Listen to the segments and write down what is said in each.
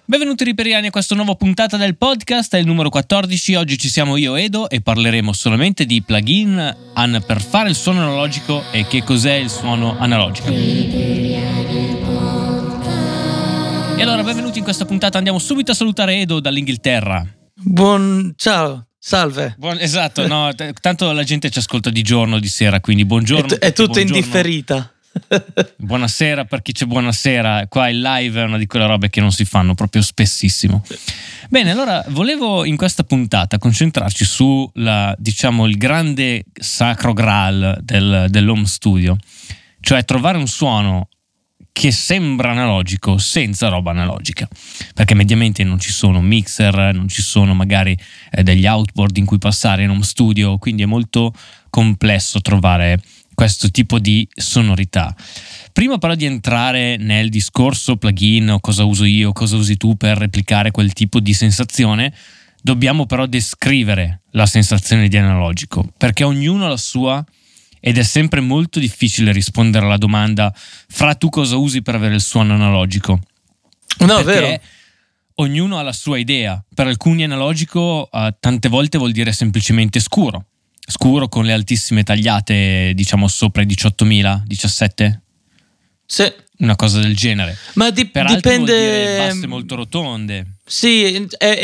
Benvenuti riperiani a questa nuova puntata del podcast, è il numero 14. Oggi ci siamo io Edo e parleremo solamente di plugin per fare il suono analogico e che cos'è il suono analogico. E allora benvenuti in questa puntata, andiamo subito a salutare Edo dall'Inghilterra. Ciao, salve. Esatto, no, tanto la gente ci ascolta di giorno o di sera, quindi buongiorno. È tutto buongiorno. indifferita. Buonasera per chi c'è buonasera. Qua il live è una di quelle robe che non si fanno proprio spessissimo. Bene, allora volevo in questa puntata concentrarci su il grande sacro graal dell'home studio, cioè trovare un suono che sembra analogico senza roba analogica, perché mediamente non ci sono mixer, non ci sono magari degli outboard in cui passare in home studio, quindi è molto complesso trovare questo tipo di sonorità. Prima però di entrare nel discorso plugin o cosa uso io, cosa usi tu per replicare quel tipo di sensazione, dobbiamo però descrivere la sensazione di analogico, perché ognuno ha la sua ed è sempre molto difficile rispondere alla domanda fra tu cosa usi per avere il suono analogico. No, perché vero. Ognuno ha la sua idea. Per alcuni analogico tante volte vuol dire semplicemente scuro con le altissime tagliate, diciamo sopra i 18.000, 17? Sì. Una cosa del genere. Ma per altri dipende. Vuol dire basse molto rotonde. Sì,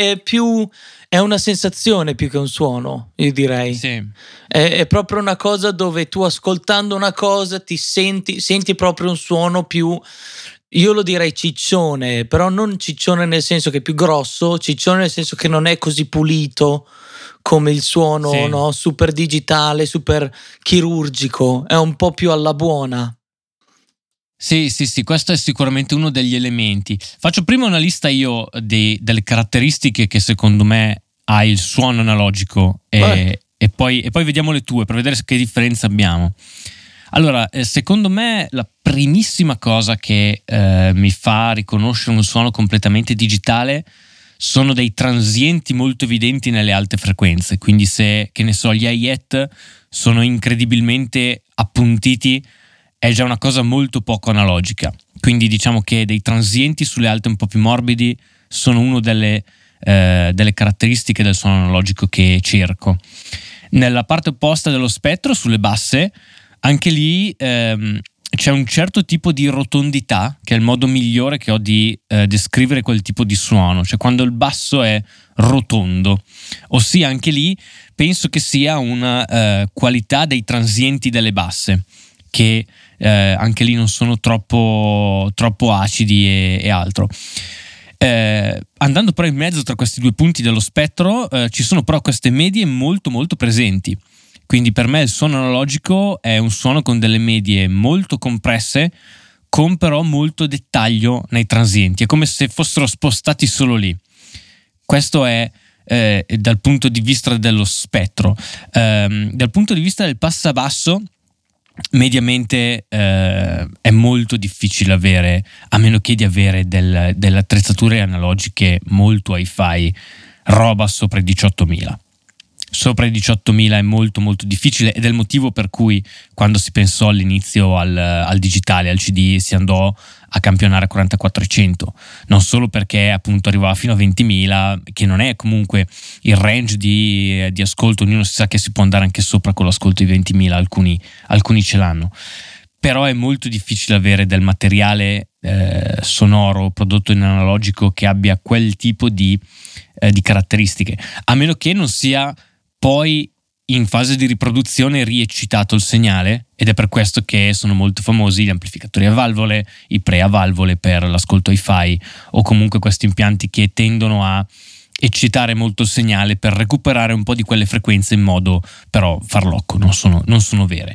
è una sensazione più che un suono, io direi. Sì. È proprio una cosa dove tu ascoltando una cosa ti senti proprio un suono più, io lo direi ciccione, però non ciccione nel senso che è più grosso, ciccione nel senso che non è così pulito come il suono, sì. No? Super digitale, super chirurgico, è un po' più alla buona. Sì, questo è sicuramente uno degli elementi. Faccio prima una lista io delle caratteristiche che secondo me ha il suono analogico e poi vediamo le tue per vedere che differenza abbiamo. Allora, secondo me la primissima cosa che mi fa riconoscere un suono completamente digitale sono dei transienti molto evidenti nelle alte frequenze, quindi se, che ne so, gli hi-hat sono incredibilmente appuntiti è già una cosa molto poco analogica, quindi diciamo che dei transienti sulle alte un po' più morbidi sono una delle caratteristiche del suono analogico che cerco. Nella parte opposta dello spettro, sulle basse, anche lì c'è un certo tipo di rotondità che è il modo migliore che ho di descrivere quel tipo di suono, cioè quando il basso è rotondo, ossia anche lì penso che sia una qualità dei transienti delle basse che anche lì non sono troppo acidi e altro. Andando però in mezzo tra questi due punti dello spettro ci sono però queste medie molto molto presenti. Quindi per me il suono analogico è un suono con delle medie molto compresse, con però molto dettaglio nei transienti. È come se fossero spostati solo lì. Questo è dal punto di vista dello spettro. Dal punto di vista del passabasso, mediamente è molto difficile avere, a meno che di avere delle attrezzature analogiche molto hi-fi, roba sopra i 18.000. Sopra i 18.000 è molto molto difficile ed è il motivo per cui quando si pensò all'inizio al digitale, al CD, si andò a campionare a 4400, non solo perché appunto arrivava fino a 20.000, che non è comunque il range di ascolto, ognuno si sa che si può andare anche sopra con l'ascolto di 20.000, alcuni ce l'hanno, però è molto difficile avere del materiale sonoro prodotto in analogico che abbia quel tipo di caratteristiche, a meno che non sia poi in fase di riproduzione rieccitato il segnale, ed è per questo che sono molto famosi gli amplificatori a valvole, i pre a valvole per l'ascolto hi-fi, o comunque questi impianti che tendono a eccitare molto il segnale per recuperare un po' di quelle frequenze in modo però farlocco, non sono vere.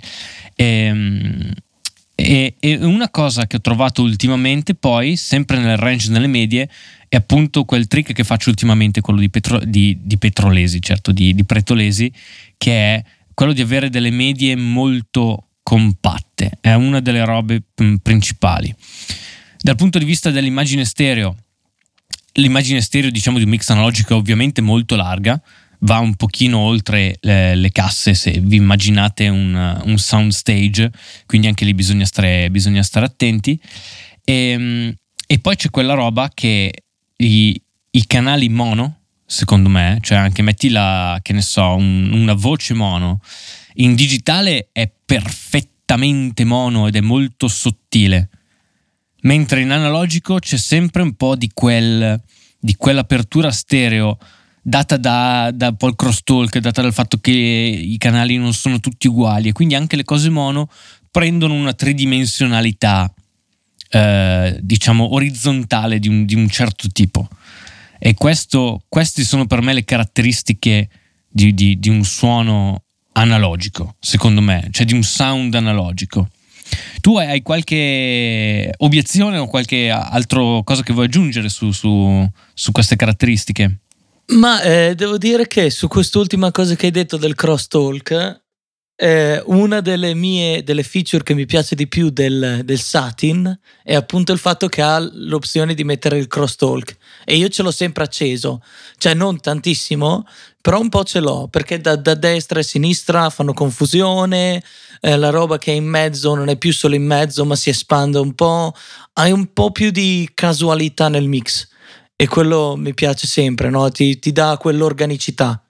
E una cosa che ho trovato ultimamente poi, sempre nel range delle medie, è appunto quel trick che faccio ultimamente, quello di Petrolesi, certo, di Pretolesi, che è quello di avere delle medie molto compatte. È una delle robe principali. Dal punto di vista dell'immagine stereo, l'immagine stereo, diciamo, di un mix analogico è ovviamente molto larga, va un pochino oltre le casse, se vi immaginate un sound stage, quindi anche lì bisogna stare attenti. E poi c'è quella roba che i canali mono, secondo me, cioè anche metti che ne so, una voce mono, in digitale è perfettamente mono ed è molto sottile, mentre in analogico c'è sempre un po' di quell'apertura stereo data da un po' il crosstalk, data dal fatto che i canali non sono tutti uguali e quindi anche le cose mono prendono una tridimensionalità diciamo orizzontale di un certo tipo, e queste sono per me le caratteristiche di un suono analogico, secondo me, cioè di un sound analogico. Tu hai qualche obiezione o qualche altra cosa che vuoi aggiungere su queste caratteristiche? Ma devo dire che su quest'ultima cosa che hai detto del crosstalk, una delle feature che mi piace di più del Satin è appunto il fatto che ha l'opzione di mettere il crosstalk, e io ce l'ho sempre acceso, cioè non tantissimo, però un po' ce l'ho, perché da destra e sinistra fanno confusione, la roba che è in mezzo non è più solo in mezzo ma si espande un po', hai un po' più di casualità nel mix e quello mi piace sempre, no? Ti dà quell'organicità.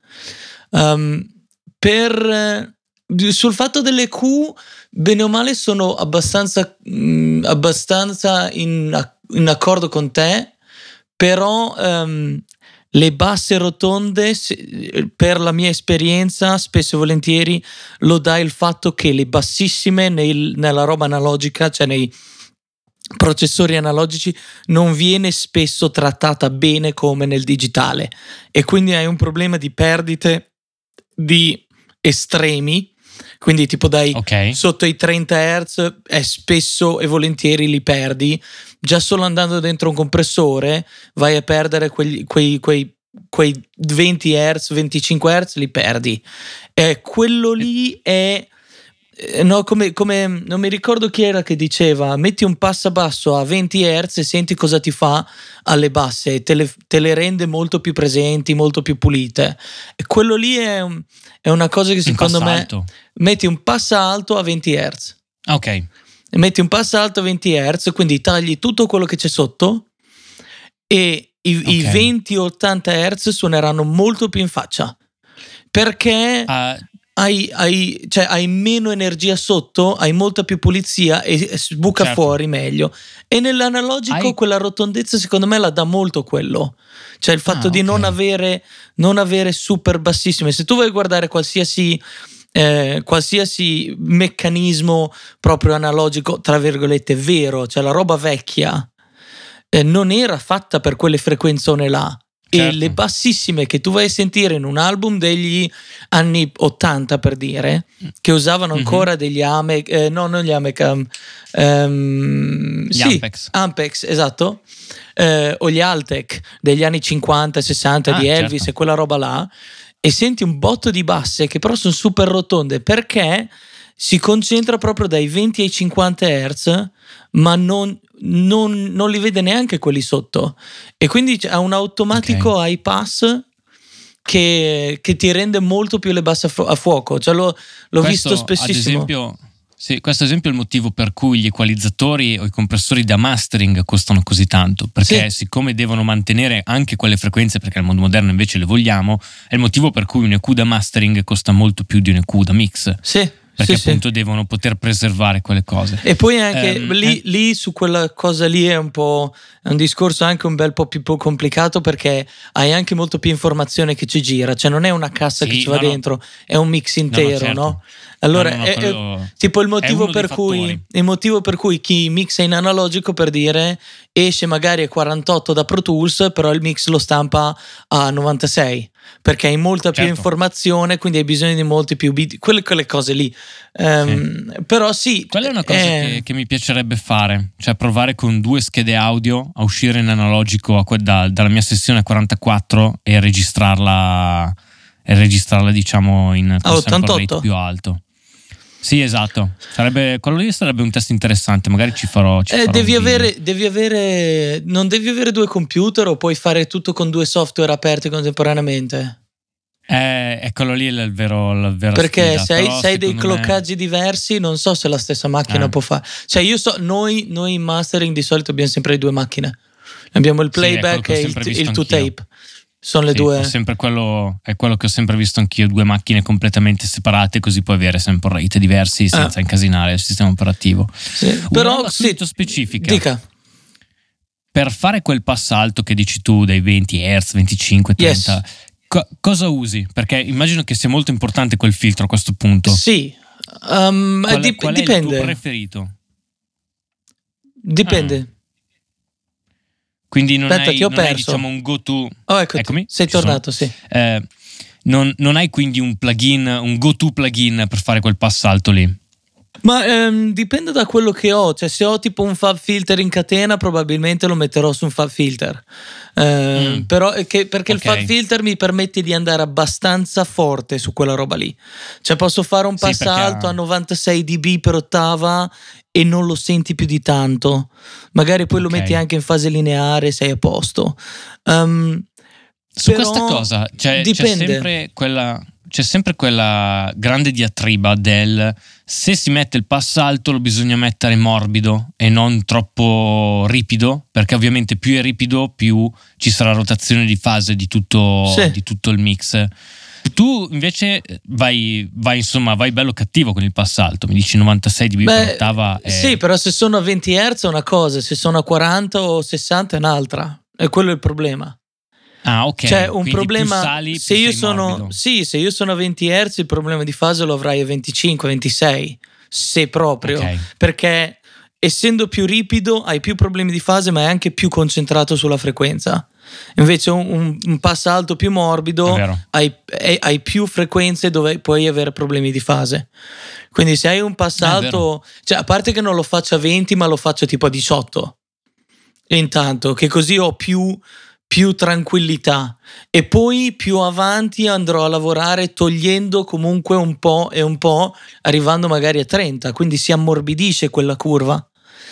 Sul fatto delle Q, bene o male sono abbastanza in accordo con te, però le basse rotonde, per la mia esperienza, spesso e volentieri lo dà il fatto che le bassissime nella roba analogica, cioè nei processori analogici, non viene spesso trattata bene come nel digitale, e quindi hai un problema di perdite di estremi, quindi tipo sotto i 30 Hz spesso e volentieri li perdi. Già solo andando dentro un compressore vai a perdere quei 20 Hz, 25 Hz li perdi. Quello lì è no, come non mi ricordo chi era che diceva: metti un passabasso a 20 Hz e senti cosa ti fa alle basse, e te le rende molto più presenti, molto più pulite. E quello lì è una cosa che secondo me alto. Metti un passa alto a 20 Hz. Ok. Metti un passa alto a 20 Hz, quindi tagli tutto quello che c'è sotto, e i 20-80 Hz suoneranno molto più in faccia, perché hai meno energia sotto, hai molta più pulizia e sbuca fuori meglio. E nell'analogico quella rotondezza secondo me la dà molto quello, cioè il fatto di non avere super bassissime. Se tu vuoi guardare qualsiasi meccanismo proprio analogico, tra virgolette, vero, cioè la roba vecchia non era fatta per quelle frequenzone là. E le bassissime che tu vai a sentire in un album degli anni 80, per dire, che usavano ancora degli Ampex, non gli Ampex, Ampex, esatto, o gli Altec degli anni 50 60 di Elvis, e quella roba là, e senti un botto di basse che però sono super rotonde, perché si concentra proprio dai 20 ai 50 Hz, ma non li vede neanche quelli sotto, e quindi ha un automatico high pass che ti rende molto più le basse a fuoco. Cioè l'ho visto spessissimo. Questo esempio è il motivo per cui gli equalizzatori o i compressori da mastering costano così tanto, perché siccome devono mantenere anche quelle frequenze, perché nel mondo moderno invece le vogliamo, è il motivo per cui un EQ da mastering costa molto più di un EQ da mix. Perché appunto devono poter preservare quelle cose. E poi anche lì su quella cosa lì è un discorso anche un bel po' più complicato, perché hai anche molto più informazione che ci gira, cioè non è una cassa che ci va dentro, è un mix intero, no? Allora è tipo il motivo per cui chi mixa in analogico, per dire, esce magari a 48 da Pro Tools, però il mix lo stampa a 96, perché hai molta più informazione, quindi hai bisogno di molti più beat, quelle cose lì. Però quella è una cosa che mi piacerebbe fare, cioè provare con 2 schede audio a uscire in analogico dalla mia sessione a 44 e registrarla diciamo in sample rate più alto. Sì, esatto. Quello lì sarebbe un test interessante. Magari ci farò. Non devi avere 2 computer, o puoi fare tutto con 2 software aperti contemporaneamente? Quello lì è il vero perché sfida, se hai dei cloccaggi diversi, non so se la stessa macchina può fare. Cioè io so, noi in mastering di solito abbiamo sempre le 2 macchine. Abbiamo il Sì, è quello playback che ho e sempre visto il to anch'io. tape. Sono le Sì, due. è quello che ho sempre visto anch'io, 2 macchine completamente separate, così puoi avere sempre rate diversi senza incasinare il sistema operativo. Sì, Una però roba subito specifica. dica. Per fare quel passo alto che dici tu dei 20 Hz, 25, 30, cosa usi? Perché immagino che sia molto importante quel filtro a questo punto. Sì, Qual è il tuo dipende. preferito? Dipende. Quindi non Aspetta, ti ho non hai, perso. diciamo, un go-to. Oh, eccoti, Eccomi, sei ci sono. tornato, sì. Non hai quindi un plugin, un go-to plugin per fare quel passalto lì? Ma dipende da quello che ho. Cioè, se ho tipo un fab filter in catena, probabilmente lo metterò su un fab filter. Però perché il fab filter mi permette di andare abbastanza forte su quella roba lì. Cioè, posso fare un passalto a 96 dB per ottava e non lo senti più di tanto. Magari poi lo metti anche in fase lineare, sei a posto. Su questa cosa c'è sempre quella grande diatriba del se si mette il passalto lo bisogna mettere morbido e non troppo ripido, perché ovviamente più è ripido più ci sarà rotazione di fase di tutto il mix. Tu invece vai bello cattivo con il passalto, mi dici 96 dB per ottava. Sì, però se sono a 20 Hz è una cosa, se sono a 40 o 60 è un'altra, e quello è il problema. Ah, ok. C'è un quindi problema. Più sali, se più io sei sono morbido. Sì, se io sono a 20 Hz il problema di fase lo avrai a 25, 26, se proprio, perché essendo più ripido hai più problemi di fase, ma è anche più concentrato sulla frequenza. Invece un passalto più morbido hai più frequenze dove puoi avere problemi di fase. Quindi se hai un passalto, cioè, a parte che non lo faccio a 20 ma lo faccio tipo a 18 intanto, che così ho più tranquillità, e poi più avanti andrò a lavorare togliendo comunque un po' e un po', arrivando magari a 30, quindi si ammorbidisce quella curva.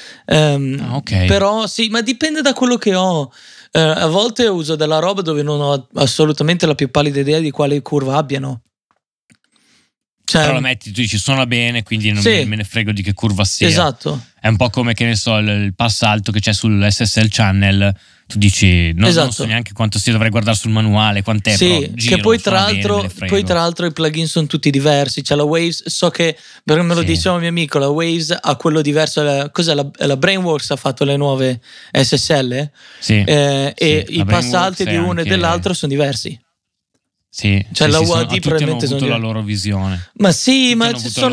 Però sì, ma dipende da quello che ho. A volte uso della roba dove non ho assolutamente la più pallida idea di quale curva abbiano. Cioè, però la metti, tu dici suona bene, quindi non me ne frego di che curva sia. Esatto. È un po' come, che ne so, il passalto che c'è sull'SSL channel. Tu dici non so neanche quanto sia, dovrei guardare sul manuale quant'è. Sì, giro, che poi tra l'altro i plugin sono tutti diversi. C'è la Waves, so che perché me lo diceva un mio amico, la Waves ha quello diverso. Cos'è la Brainworks ha fatto le nuove SSL? E i passalti di uno e dell'altro sono diversi. Sì, cioè la UAD probabilmente hanno avuto la loro visione. Ma sì, tutti ma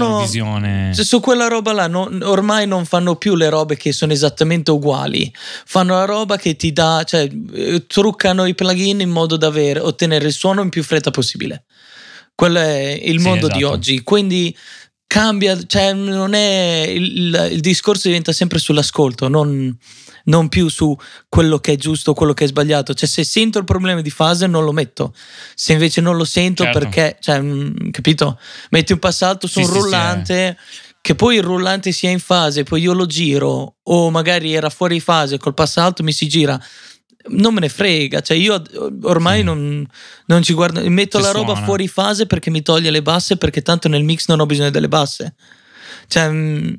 su quella roba là ormai non fanno più le robe che sono esattamente uguali. Fanno la roba che ti dà, cioè truccano i plugin in modo da ottenere il suono in più fretta possibile. Quello è il mondo di oggi. Quindi cambia, cioè non è il discorso diventa sempre sull'ascolto, non più su quello che è giusto o quello che è sbagliato. Cioè, se sento il problema di fase non lo metto, se invece non lo sento perché, cioè, capito? Metti un passalto su un rullante, che poi il rullante sia in fase, poi io lo giro, o magari era fuori fase, col passalto mi si gira, non me ne frega, cioè io ormai non ci guardo, metto la roba fuori fase perché mi toglie le basse, perché tanto nel mix non ho bisogno delle basse. Cioè,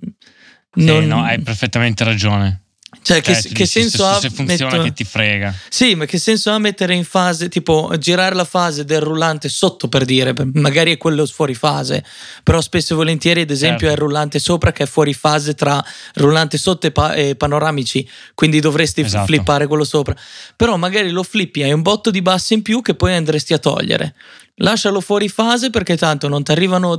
no, hai perfettamente ragione. Cioè, che senso ha? Se funziona, che ti frega. Sì, ma che senso ha mettere in fase, tipo girare la fase del rullante sotto, per dire, magari è quello fuori fase, però spesso e volentieri, ad esempio, è il rullante sopra che è fuori fase tra rullante sotto e panoramici, quindi dovresti flippare quello sopra. Però magari lo flippi, hai un botto di basse in più che poi andresti a togliere. Lascialo fuori fase perché tanto non ti arrivano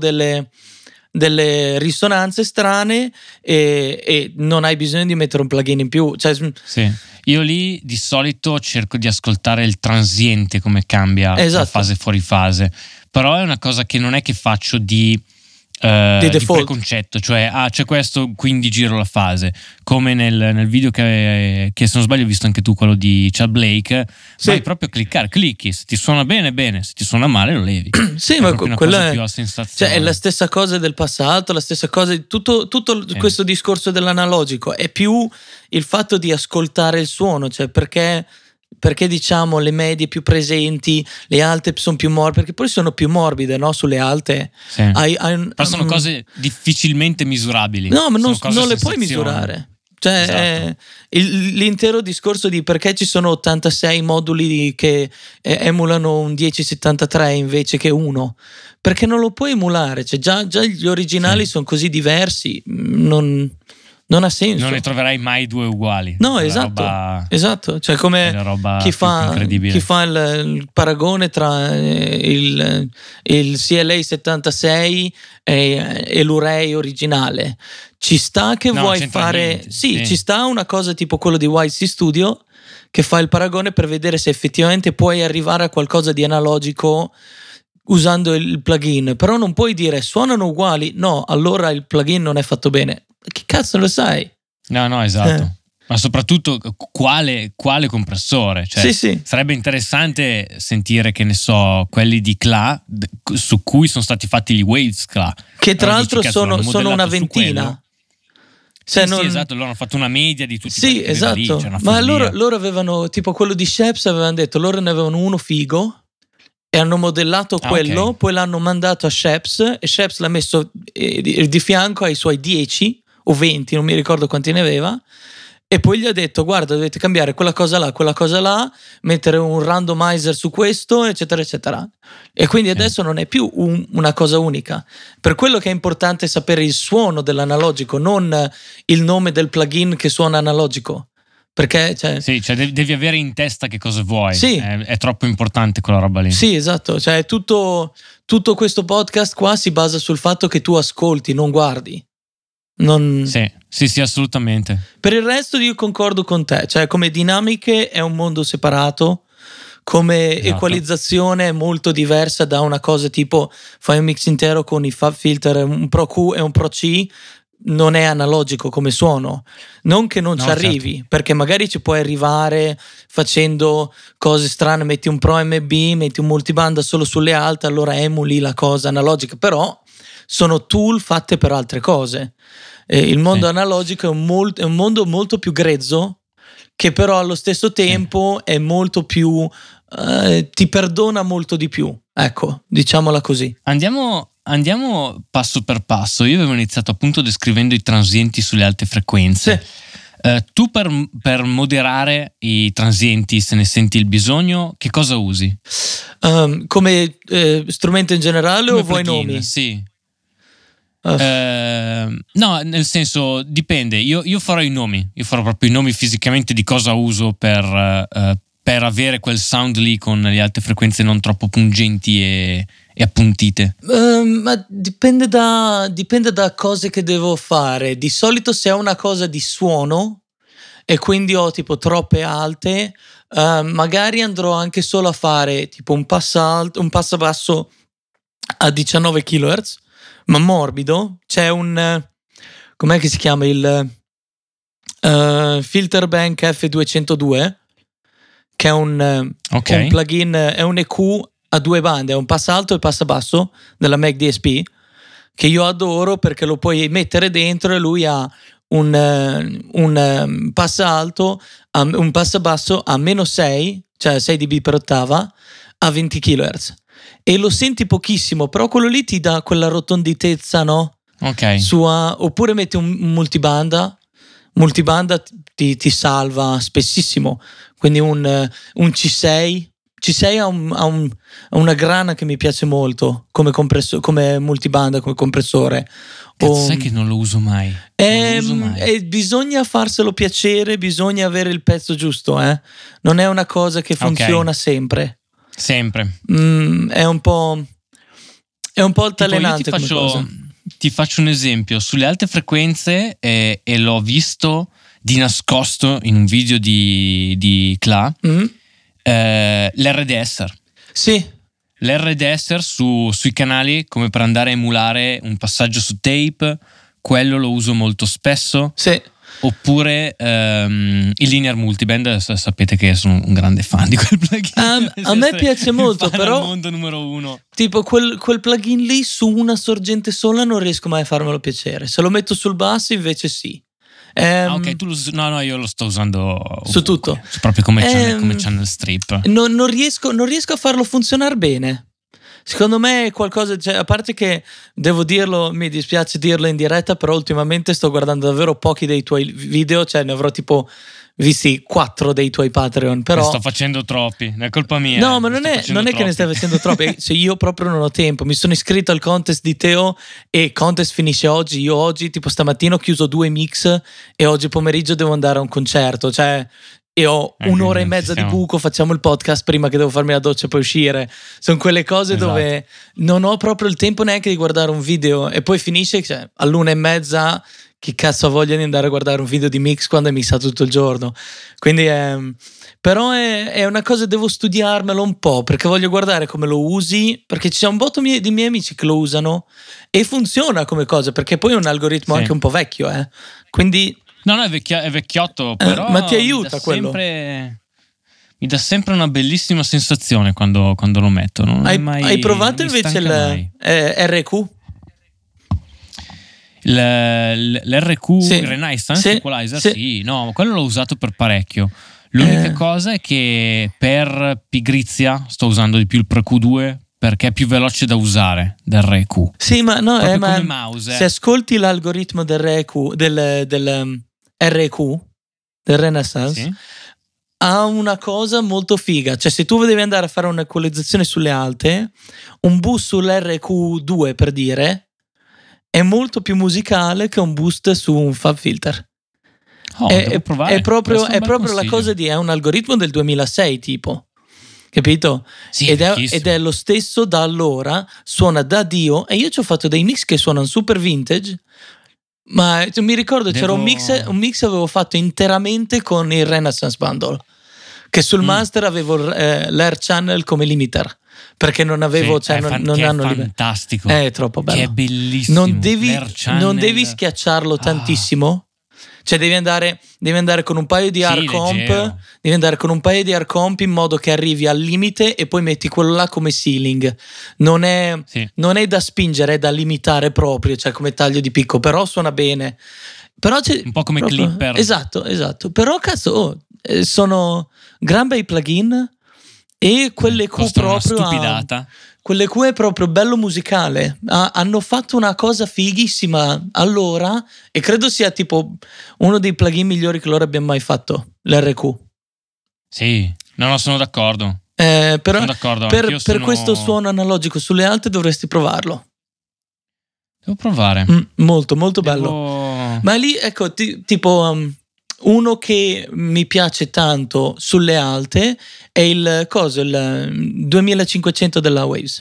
delle risonanze strane e non hai bisogno di mettere un plugin in più. Cioè, io lì di solito cerco di ascoltare il transiente come cambia la fase fuori fase, però è una cosa che non è che faccio di preconcetto, cioè c'è questo quindi giro la fase, come nel video che se non sbaglio hai visto anche tu, quello di Chad Blake. Vai proprio a clicchi, se ti suona bene, se ti suona male lo levi. Sì, è ma quella è più a sensazione. Cioè, è la stessa cosa del passato, la stessa cosa di tutto questo discorso dell'analogico, è più il fatto di ascoltare il suono, cioè perché diciamo le medie più presenti, le alte sono più morbide, perché poi sono più morbide, no? Sulle alte però sono cose difficilmente misurabili. No, ma non le puoi misurare. Cioè, Esatto. l'intero discorso di perché ci sono 86 moduli che emulano un 1073 invece che uno, perché non lo puoi emulare, cioè già gli originali Sì. sono così diversi, non ha senso. Non ne troverai mai due uguali. No, È la esatto, roba, esatto. Cioè, è come la roba chi più incredibile. fa il paragone tra il CLA 76 e l'Urei originale. Ci sta che No, vuoi c'entra fare. niente. Sì, Sì. ci sta una cosa tipo quello di YC Studio che fa il paragone per vedere se effettivamente puoi arrivare a qualcosa di analogico usando il plugin. Però non puoi dire suonano uguali. No, allora il plugin non è fatto bene. Che cazzo lo sai? No, esatto. Ma soprattutto quale compressore? Cioè, Sì. sarebbe interessante sentire, che ne so, quelli di Kla, su cui sono stati fatti gli Waves Kla. Che tra Allora l'altro dici, cazzo, l'hanno sono una modellato su ventina. quello. Cioè, Sì, esatto, loro hanno fatto una media di tutti Sì, quelli che aveva lì, esatto. c'è una Ma follia. loro avevano, tipo quello di Sheps, avevano detto, loro ne avevano uno figo e hanno modellato quello, ok. poi l'hanno mandato a Sheps e Sheps l'ha messo di fianco ai suoi 10 o 20, non mi ricordo quanti ne aveva. E poi gli ha detto, guarda, dovete cambiare quella cosa là, mettere un randomizer su questo, eccetera, eccetera. E quindi adesso non è più una cosa unica. Per quello che è importante sapere il suono dell'analogico, non il nome del plugin che suona analogico. Perché, Sì, cioè devi avere in testa che cosa vuoi. Sì. È troppo importante quella roba lì. Sì, esatto. Cioè, tutto questo podcast qua si basa sul fatto che tu ascolti, non guardi. Sì, assolutamente. Per il resto io concordo con te, cioè come dinamiche è un mondo separato, come Esatto. equalizzazione è molto diversa da una cosa tipo fai un mix intero con i fab filter, un Pro Q e un Pro C, non è analogico come suono. Non che non ci arrivi, certo. perché magari ci puoi arrivare facendo cose strane, metti un Pro MB, metti un multibanda solo sulle alte, allora emuli la cosa analogica, però sono tool fatte per altre cose. Il mondo analogico è un mondo molto più grezzo, che però allo stesso tempo è molto più ti perdona molto di più, ecco, diciamola così. Andiamo passo per passo. Io avevo iniziato appunto descrivendo i transienti sulle alte frequenze. Sì. Tu per moderare i transienti, se ne senti il bisogno, che cosa usi? Come strumento in generale Come o vuoi plugin? nomi? Sì. No, nel senso, dipende. Io farò i nomi. Io farò proprio i nomi fisicamente di cosa uso per avere quel sound lì con le alte frequenze non troppo pungenti e appuntite. Ma dipende da cose che devo fare. Di solito se è una cosa di suono e quindi ho tipo troppe alte, magari andrò anche solo a fare tipo un passabasso a 19 kHz, ma morbido. C'è com'è che si chiama il Filter Bank F202, che è un plugin, è un EQ a due bande, è un passa alto e passa basso della Mac DSP, che io adoro perché lo puoi mettere dentro e lui ha un passa alto, un passa basso a meno 6, cioè 6 dB per ottava, a 20 kHz. E lo senti pochissimo, però quello lì ti dà quella rotonditezza, no? Ok. Oppure metti un multibanda ti salva spessissimo. Quindi un C6 ha una grana che mi piace molto come multibanda, come compressore. Sai che non lo uso mai. Bisogna farselo piacere, bisogna avere il pezzo giusto, eh? Non è una cosa che funziona sempre. Sempre. È un po' altalenante come cosa. Ti faccio un esempio. Sulle alte frequenze, e l'ho visto di nascosto in un video di Kla, l'RDSer. Sì. L'RDSer sui canali, come per andare a emulare un passaggio su tape, quello lo uso molto spesso. Sì. Oppure il linear multiband, sapete che sono un grande fan di quel plugin. A me piace molto, però il mondo numero uno. Tipo quel plugin lì su una sorgente sola non riesco mai a farmelo piacere. Se lo metto sul basso invece sì. Ok, no, io lo sto usando su tutto, proprio come channel strip. Non riesco a farlo funzionare bene. Secondo me è qualcosa, cioè, a parte che devo dirlo, mi dispiace dirlo in diretta, però ultimamente sto guardando davvero pochi dei tuoi video, cioè ne avrò tipo visti 4 dei tuoi Patreon, però... Ne sto facendo troppi, è colpa mia. No, ma non è che ne stai facendo troppi, se io proprio non ho tempo, mi sono iscritto al contest di Teo e il contest finisce oggi, io oggi tipo stamattina ho chiuso 2 mix e oggi pomeriggio devo andare a un concerto, cioè... E ho un'ora e mezza di buco, facciamo il podcast prima che devo farmi la doccia e poi uscire. Sono quelle cose dove non ho proprio il tempo neanche di guardare un video e poi finisce, cioè, all'1:30, chi cazzo ha voglia di andare a guardare un video di mix quando è mixato tutto il giorno. Quindi però è una cosa, devo studiarmelo un po' perché voglio guardare come lo usi, perché ci sono un botto di miei amici che lo usano e funziona come cosa, perché poi è un algoritmo anche un po' vecchio, quindi... No, è vecchiotto, però ma ti aiuta quello? Mi dà sempre una bellissima sensazione quando lo metto. Non hai provato invece il RQ? L'RQ, sì. Il Renaissance Equalizer? Sì, no, quello l'ho usato per parecchio. L'unica cosa è che per pigrizia sto usando di più il Pro Q2 perché è più veloce da usare del RQ. Sì, ma no, come ma mouse. Se ascolti l'algoritmo del RQ, del RQ, del Renaissance, ha una cosa molto figa. Cioè, se tu devi andare a fare un'equalizzazione sulle alte, un boost sull'RQ2, per dire, è molto più musicale che un boost su un FabFilter. Devo provare. È proprio la cosa è un algoritmo del 2006 tipo, capito? Sì, ed è lo stesso da allora, suona da Dio, e io ci ho fatto dei mix che suonano super vintage, ma mi ricordo c'era un mix avevo fatto interamente con il Renaissance Bundle, che sul master avevo l'Air Channel come limiter, perché non avevo, non hanno fantastico, è troppo bello, che è bellissimo, non devi schiacciarlo tantissimo. Cioè devi andare con un paio di hard comp, devi andare con un paio di hard comp in modo che arrivi al limite e poi metti quello là come ceiling. Non è da spingere, è da limitare proprio, cioè come taglio di picco, però suona bene. Però c'è un po' come clipper. Esatto. Però cazzo, sono gran bei plugin e quelle Q proprio stupidata. Quelle Q è proprio bello musicale. Hanno fatto una cosa fighissima allora e credo sia tipo uno dei plugin migliori che loro abbiano mai fatto, l'RQ. Sì, no, sono d'accordo. Però sono d'accordo. Per questo suono analogico sulle alte dovresti provarlo. Devo provare. Molto, molto bello. Ma lì, ecco, tipo... uno che mi piace tanto sulle alte è il 2500 della Waves.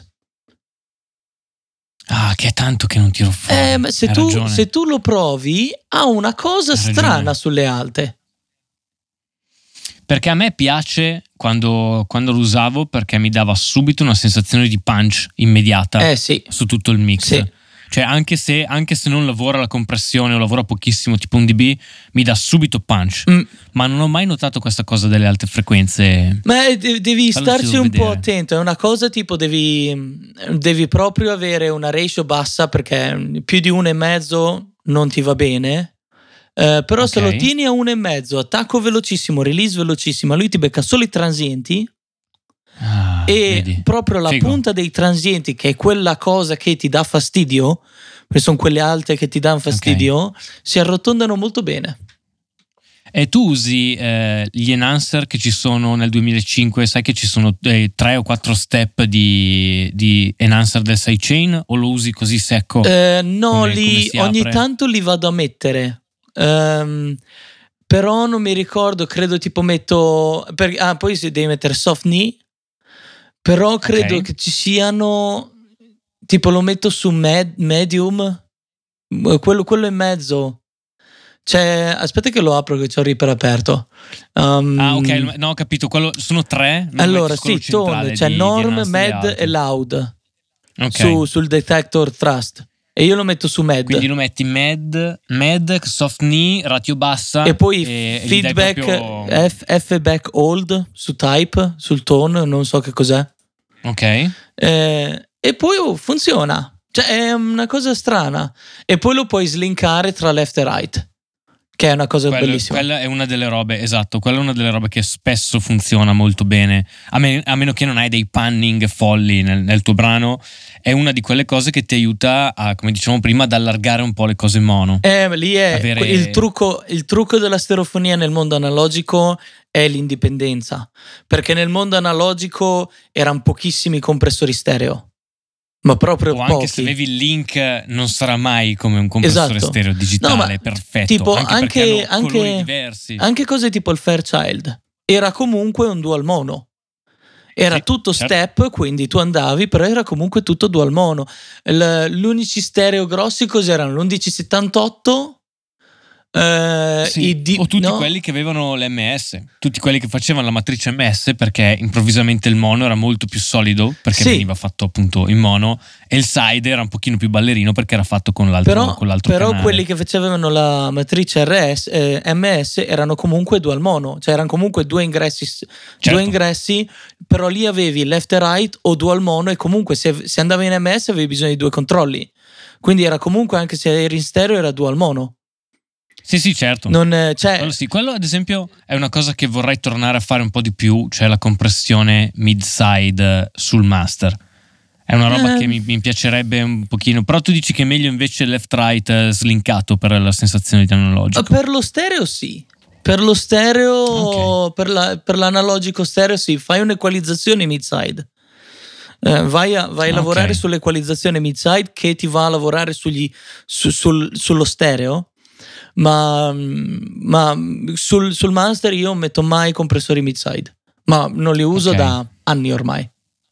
Che è tanto che non tiro fuori. Ma se tu lo provi, ha una cosa strana sulle alte. Perché a me piace quando lo usavo, perché mi dava subito una sensazione di punch immediata su tutto il mix. Sì. Cioè anche se non lavora la compressione o lavora pochissimo tipo un dB, mi dà subito punch. Ma non ho mai notato questa cosa delle alte frequenze. Ma devi starci un po' attento. È una cosa tipo devi proprio avere una ratio bassa, perché più di 1,5 non ti va bene. Però se lo tieni a 1,5, attacco velocissimo, release velocissimo, lui ti becca solo i transienti. E vedi. Proprio la punta dei transienti, che è quella cosa che ti dà fastidio, perché sono quelle alte che ti danno fastidio, si arrotondano molto bene. E tu usi gli enhancer che ci sono nel 2005? Sai che ci sono 3 o 4 step di enhancer del sidechain, o lo usi così secco? No, ogni tanto li vado a mettere, però non mi ricordo, credo tipo metto poi si devi mettere soft knee. Però credo che ci siano, tipo lo metto su medium, quello in mezzo. Cioè, aspetta che lo apro, che c'ho il Reaper aperto. Ok, no, ho capito, sono 3. Allora sì, tone, c'è norm, med e loud sul detector thrust. E io lo metto su med. Quindi lo metti med, soft knee, ratio bassa. E poi feedback, proprio... F-back hold su type, sul tone, non so che cos'è. Ok. E poi funziona. Cioè è una cosa strana. E poi lo puoi slinkare tra left e right. che è una cosa bellissima. Quella è una delle robe, esatto, quella è una delle robe che spesso funziona molto bene, a meno che non hai dei panning folli nel tuo brano. È una di quelle cose che ti aiuta a, come dicevamo prima, ad allargare un po' le cose mono. Lì è il trucco della stereofonia nel mondo analogico è l'indipendenza, perché nel mondo analogico erano pochissimi compressori stereo, ma proprio o pochi. Anche se avevi il link non sarà mai come un compressore stereo digitale perfetto, tipo anche perché hanno colori diversi. Anche cose tipo il Fairchild era comunque un dual mono. Era tutto step, quindi tu andavi, però era comunque tutto dual mono. L'unici stereo grossi cos'erano? L'1178 o tutti quelli che avevano l'MS, tutti quelli che facevano la matrice MS, perché improvvisamente il mono era molto più solido perché veniva fatto appunto in mono, e il side era un pochino più ballerino perché era fatto con l'altro però canale. Quelli che facevano la matrice MS erano comunque dual mono, cioè erano comunque due ingressi, però lì avevi left e right o dual mono, e comunque se andavi in MS avevi bisogno di due controlli, quindi era comunque, anche se eri in stereo, era dual mono. Sì, certo. Quello ad esempio è una cosa che vorrei tornare a fare un po' di più, cioè la compressione mid-side sul master. È una roba che mi piacerebbe un pochino, però tu dici che è meglio invece left-right slinkato per la sensazione di analogico. Per lo stereo sì. Per lo stereo, per l'analogico stereo sì, fai un'equalizzazione mid-side. Vai a lavorare sull'equalizzazione mid-side, che ti va a lavorare sullo stereo. Ma sul master io non metto mai compressori mid-side, ma non li uso da anni ormai.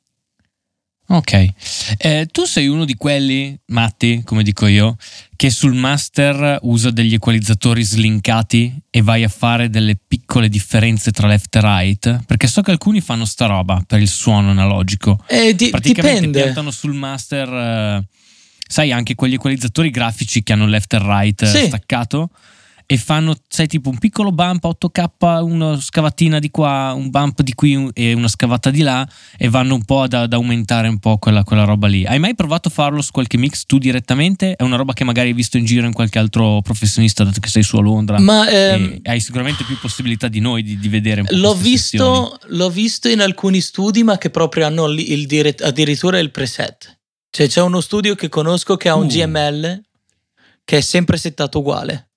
Ok, tu sei uno di quelli matti, come dico io, che sul master usa degli equalizzatori slinkati e vai a fare delle piccole differenze tra left e right? Perché so che alcuni fanno sta roba per il suono analogico. Praticamente dipende. piantano sul master, sai, anche quegli equalizzatori grafici che hanno left e right staccato, e fanno, sai, tipo un piccolo bump 8K, una scavatina di qua, un bump di qui e una scavata di là, e vanno un po' ad aumentare un po' quella roba lì. Hai mai provato a farlo su qualche mix tu direttamente? È una roba che magari hai visto in giro in qualche altro professionista, dato che sei su a Londra, e hai sicuramente più possibilità di noi di vedere un po'. L'ho visto in alcuni studi, ma che proprio hanno addirittura il preset. Cioè c'è uno studio che conosco che ha un GML che è sempre settato uguale.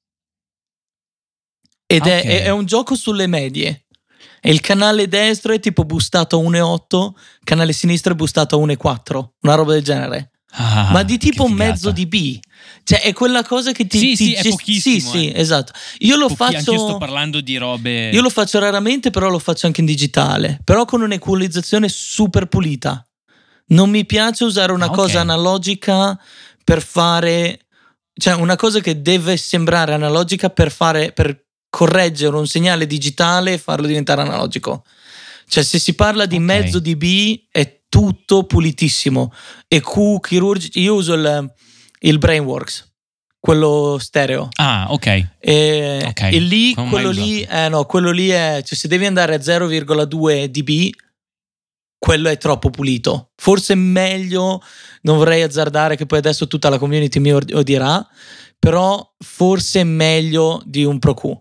Ed è un gioco sulle medie. E il canale destro è tipo boostato a 1,8, canale sinistro è boostato a 1,4, una roba del genere. Ma di tipo mezzo dB. Cioè è quella cosa che ti è pochissimo. Sì, esatto. Io lo faccio. Anch'io sto parlando di robe. Io lo faccio raramente, però lo faccio anche in digitale. Però con un'equalizzazione super pulita. Non mi piace usare una cosa analogica per fare. Cioè una cosa che deve sembrare analogica per correggere un segnale digitale e farlo diventare analogico. Cioè se si parla di mezzo dB è tutto pulitissimo. E chirurgici, io uso il Brainworks, quello stereo. E lì quello lì è, cioè se devi andare a 0,2 dB, quello è troppo pulito. Forse meglio, non vorrei azzardare, che poi adesso tutta la community mi odierà, però forse è meglio di un Pro Q.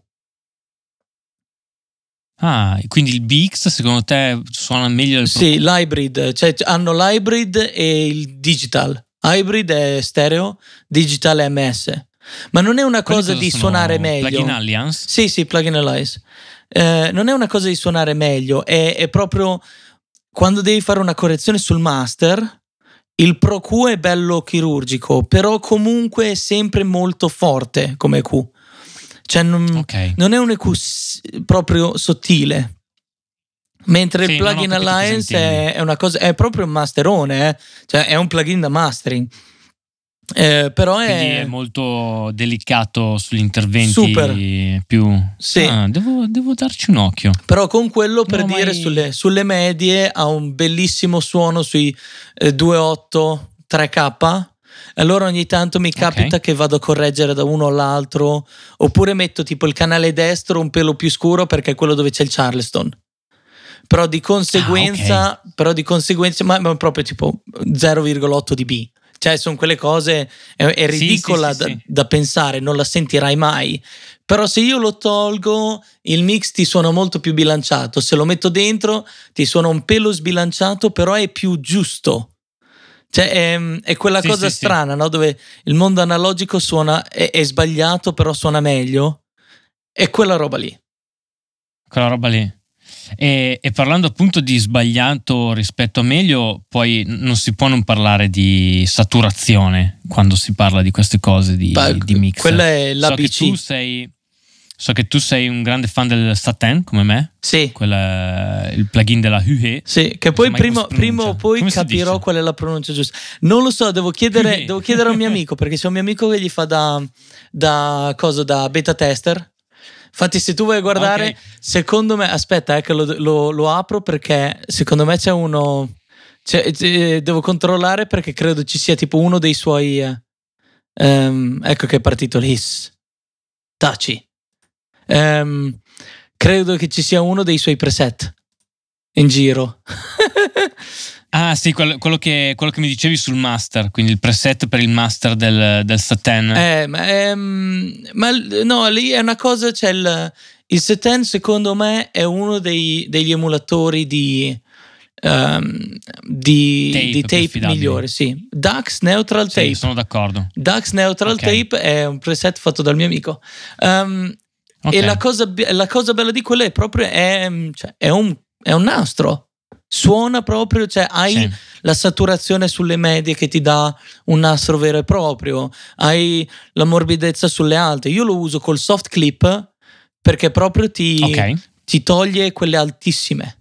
Quindi il BX secondo te suona meglio del Pro Q? Sì, l'hybrid, cioè hanno l'hybrid e il digital. Hybrid è stereo, digital è MS. Ma non è una cosa di suonare meglio. Plugin Alliance? Sì, Plugin Alliance. Non è una cosa di suonare meglio, è proprio quando devi fare una correzione sul master. Il Pro Q è bello chirurgico, però comunque è sempre molto forte come Q. Cioè non è un EQ proprio sottile. Mentre il Plugin Alliance è una cosa, è proprio un masterone, cioè è un plugin da mastering. Però quindi è molto delicato sugli interventi. Super. Più. Sì. Devo darci un occhio. Però con quello, per dire, sulle medie ha un bellissimo suono sui 2.8 3K. Allora ogni tanto mi capita che vado a correggere da uno all'altro, oppure metto tipo il canale destro un pelo più scuro perché è quello dove c'è il Charleston. Però di conseguenza, ma proprio tipo 0,8 dB. cioè sono quelle cose, è ridicola da pensare, non la sentirai mai. Però se io lo tolgo, il mix ti suona molto più bilanciato. Se lo metto dentro, ti suona un pelo sbilanciato, però è più giusto. Cioè è quella cosa strana, no? Dove il mondo analogico suona, è sbagliato, però suona meglio. È quella roba lì. Quella roba lì. E parlando appunto di sbagliato rispetto a meglio, poi non si può non parlare di saturazione quando si parla di queste cose di mix. Quella è l'ABC. So che tu sei un grande fan del Satin come me. Sì. Il plugin della Huhe. Sì, che poi prima o poi capirò qual è la pronuncia giusta. Non lo so, devo chiedere a un mio amico, perché c'è un mio amico che gli fa da beta tester. Infatti se tu vuoi guardare, secondo me, aspetta che lo apro, perché secondo me c'è uno, devo controllare, perché credo ci sia tipo uno dei suoi, ecco che è partito l'Hiss Taci. Credo che ci sia uno dei suoi preset in giro. Ah sì, quello che mi dicevi sul master, quindi il preset per il master del Satin. Ma no, lì è una cosa, c'è il Satin, secondo me è uno degli emulatori di tape migliore, sì. Dax Neutral Tape. Sono d'accordo. Dax Neutral Tape è un preset fatto dal mio amico. E la cosa bella di quello è proprio è un nastro. Suona proprio, cioè hai la saturazione sulle medie che ti dà un nastro vero e proprio, hai la morbidezza sulle alte. Io lo uso col soft clip perché proprio ti toglie quelle altissime.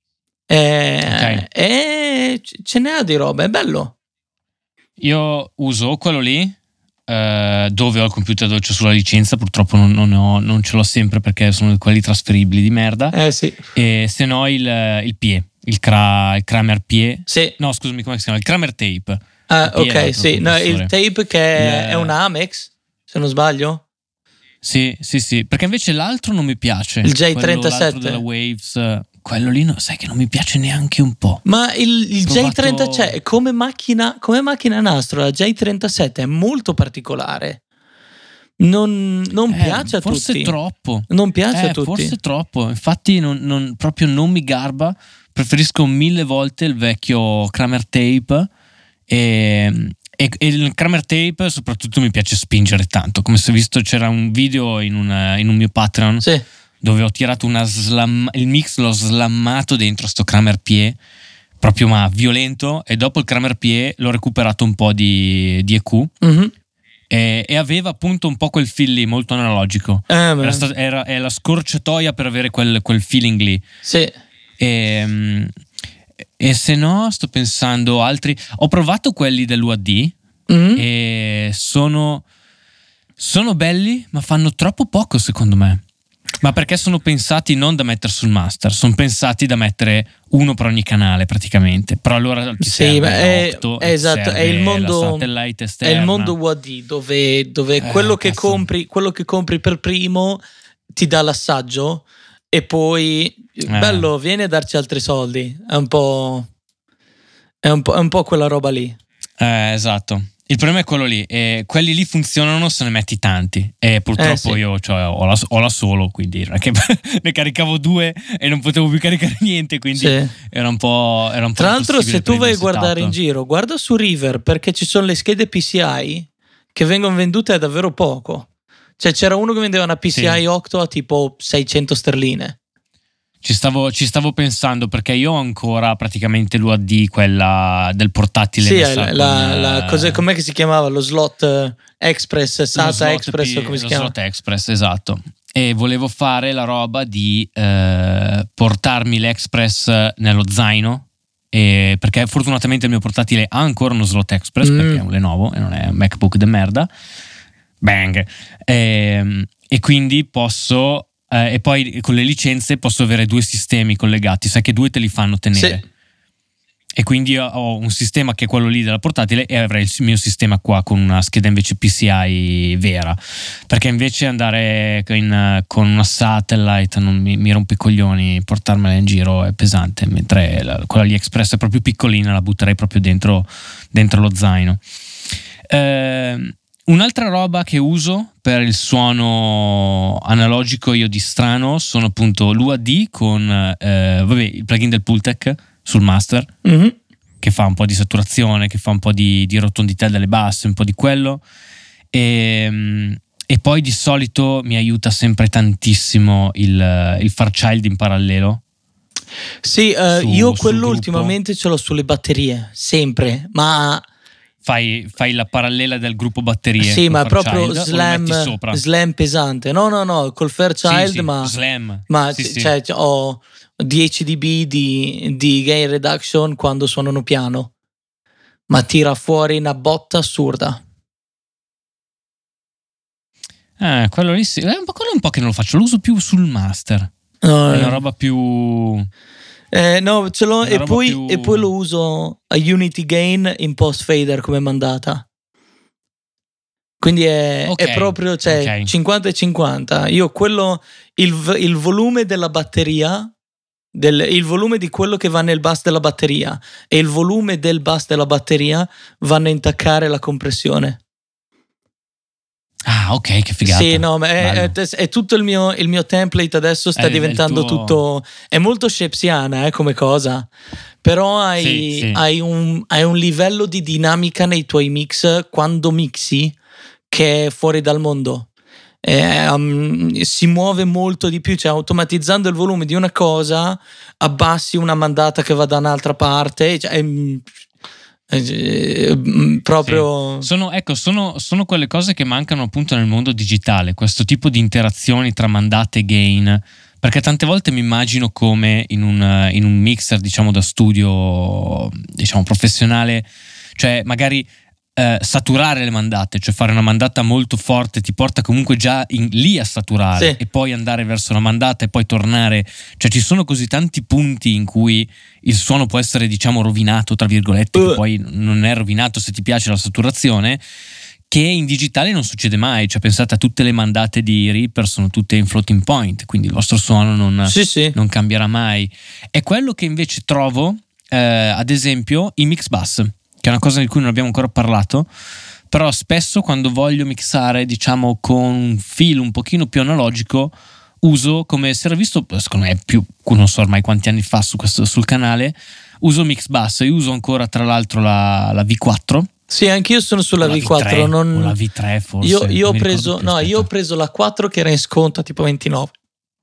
E ce n'è di roba, è bello. Io uso quello lì dove ho il computer, dove c'ho sulla licenza, purtroppo non ce l'ho sempre perché sono quelli trasferibili di merda. Sì. E se no il PIE, il Kramer PIE. Sì. No, scusami, come si chiama? Il Kramer Tape. Ok, sì. No, il tape che è una Amex, se non sbaglio. Sì, perché invece l'altro non mi piace. Il J37 l'altro della Waves, quello lì sai che non mi piace neanche un po'. Ma il J37, cioè, come macchina nastro, la J37 è molto particolare. Non piace a forse tutti. Troppo. Non piace a tutti. Forse troppo. Infatti proprio non mi garba. Preferisco 1000 volte il vecchio Kramer Tape. E il Kramer Tape soprattutto mi piace spingere tanto. Come se visto, c'era un video in un mio Patreon dove ho tirato il mix, l'ho slammato dentro sto Kramer PIE, proprio ma violento, e dopo il Kramer PIE l'ho recuperato un po' di EQ. Mm-hmm. E aveva appunto un po' quel feel lì molto analogico. È la scorciatoia per avere quel feeling lì. Sì. E se no, sto pensando altri. Ho provato quelli dell'UAD e sono belli, ma fanno troppo poco secondo me. Ma perché sono pensati non da mettere sul master, sono pensati da mettere uno per ogni canale praticamente. Però allora ti serve esatto, è il mondo, la satellite esterna. È il mondo UAD dove quello che compri per primo ti dà l'assaggio e poi bello, vieni a darci altri soldi. È un po' quella roba lì. Esatto. Il problema è quello lì, quelli lì funzionano se ne metti tanti e purtroppo io ho la solo, quindi ne caricavo 2 e non potevo più caricare niente, quindi era un po'. Tra l'altro, se tu vai a guardare in giro, guarda su River, perché ci sono le schede PCI che vengono vendute a davvero poco. Cioè c'era uno che vendeva una PCI Octo a tipo 600 sterline. Ci stavo pensando, perché io ho ancora praticamente l'UAD, quella del portatile. Sì, com'è che si chiamava? Lo slot Express, SATA Express, come si chiama? Lo slot Express, esatto. E volevo fare la roba di portarmi l'Express nello zaino, perché fortunatamente il mio portatile ha ancora uno slot Express, perché è un Lenovo e non è un MacBook de merda. Bang! E quindi posso... e poi con le licenze posso avere 2 sistemi collegati, sai che 2 te li fanno tenere. Sì. E quindi io ho un sistema che è quello lì della portatile e avrei il mio sistema qua con una scheda invece PCI vera, perché invece andare con una satellite mi rompe i coglioni, portarmela in giro è pesante, mentre quella lì Express è proprio piccolina, la butterei proprio dentro lo zaino. Un'altra roba che uso per il suono analogico io di strano sono appunto l'UAD con il plugin del Pultec sul master, che fa un po' di saturazione, che fa un po' di rotondità delle basse, un po' di quello, e poi di solito mi aiuta sempre tantissimo il Fairchild in parallelo. Sì, io quello ultimamente ce l'ho sulle batterie, sempre, ma fai la parallela del gruppo batterie. Sì, ma proprio slam pesante. No, col Fairchild, sì, ma slam. Ma sì. Ho 10 dB di gain reduction quando suonano piano, ma tira fuori una botta assurda. Quello lì sì. Quello è un po' che non lo faccio, lo uso più sul master. È una roba più... no, ce l'ho e poi lo uso a Unity Gain in post fader come mandata. Quindi è proprio 50 e 50. Io quello, il volume della batteria, il volume di quello che va nel bus della batteria e il volume del bus della batteria vanno a intaccare la compressione. Ah, ok, che figata. Sì, no, ma è tutto il mio template adesso sta diventando tutto. È molto shepsiana come cosa, però hai un livello di dinamica nei tuoi mix quando mixi che è fuori dal mondo. Si muove molto di più, cioè automatizzando il volume di una cosa abbassi una mandata che va da un'altra parte, proprio sono quelle cose che mancano appunto nel mondo digitale, questo tipo di interazioni tra mandate e gain, perché tante volte mi immagino come in un mixer diciamo da studio diciamo professionale, cioè magari saturare le mandate, cioè fare una mandata molto forte ti porta comunque già lì a saturare, e poi andare verso la mandata e poi tornare, cioè ci sono così tanti punti in cui il suono può essere diciamo rovinato tra virgolette, che poi non è rovinato se ti piace la saturazione, che in digitale non succede mai. Cioè pensate a tutte le mandate di Reaper, sono tutte in floating point, quindi il vostro suono non cambierà mai. È quello che invece trovo ad esempio in mix bus, che è una cosa di cui non abbiamo ancora parlato, però spesso quando voglio mixare diciamo con un filo un pochino più analogico uso, come si era visto secondo me più, non so ormai quanti anni fa sul canale, uso mix bus. Io uso ancora tra l'altro la V4. Sì, anch'io sono sulla V4, o la V3 forse. Io ho preso la 4 che era in sconto tipo 29.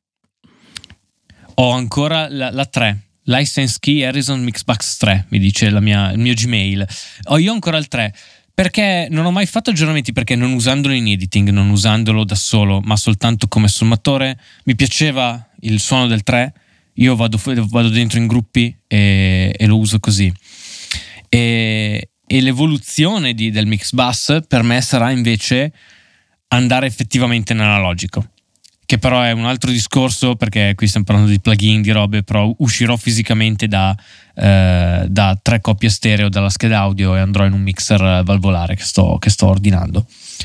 Ho ancora la 3, License Key Harrison Mixbox 3, mi dice il mio Gmail. Io ho ancora il 3 perché non ho mai fatto aggiornamenti, perché non usandolo in editing, non usandolo da solo, ma soltanto come sommatore, mi piaceva il suono del 3. Io vado dentro in gruppi e lo uso così. E l'evoluzione del mix bus per me sarà invece andare effettivamente in analogico, che però è un altro discorso, perché qui stiamo parlando di plugin, di robe, però uscirò fisicamente da 3 coppie stereo dalla scheda audio e andrò in un mixer valvolare che sto ordinando.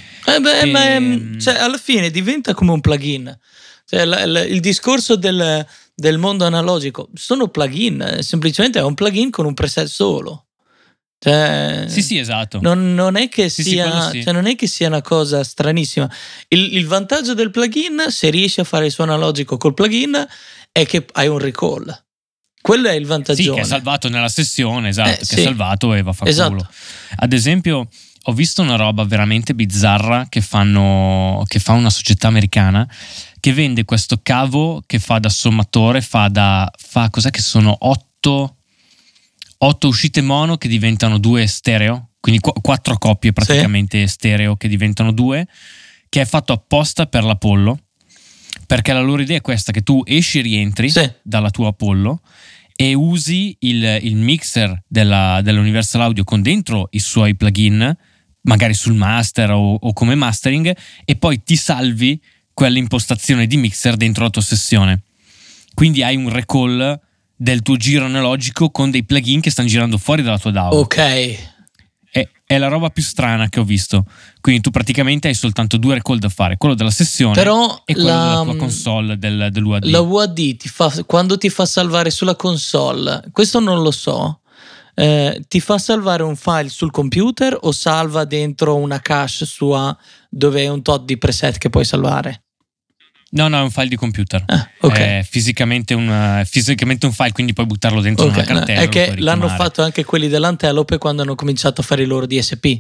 Cioè, alla fine diventa come un plugin. Cioè, il discorso del mondo analogico sono plugin, semplicemente è un plugin con un preset solo. Cioè, sì, esatto. Non è che sia, cioè, non è che sia una cosa stranissima. Il vantaggio del plugin, se riesci a fare il suono analogico col plugin, è che hai un recall. Quello è il vantaggio. Sì, che è salvato nella sessione, esatto, che è salvato e va a far culo. Ad esempio, ho visto una roba veramente bizzarra che fa una società americana che vende questo cavo che fa da sommatore, cos'è che sono 8 uscite mono che diventano 2 stereo, quindi 4 coppie praticamente stereo che diventano 2, che è fatto apposta per l'Apollo, perché la loro idea è questa, che tu esci e rientri dalla tua Apollo e usi il mixer dell'Universal Audio con dentro i suoi plugin, magari sul master o come mastering, e poi ti salvi quell'impostazione di mixer dentro la tua sessione. Quindi hai un recall del tuo giro analogico con dei plugin che stanno girando fuori dalla tua DAW. Ok. È la roba più strana che ho visto. Quindi tu praticamente hai soltanto 2 recall da fare, quello della sessione e quello della tua console dell'UAD. La UAD quando ti fa salvare sulla console, questo non lo so, ti fa salvare un file sul computer o salva dentro una cache sua dove è un tot di preset che puoi salvare? No, è un file di computer. Okay. È fisicamente un file, quindi puoi buttarlo dentro una cartella. È che l'hanno fatto anche quelli dell'Antelope quando hanno cominciato a fare i loro DSP.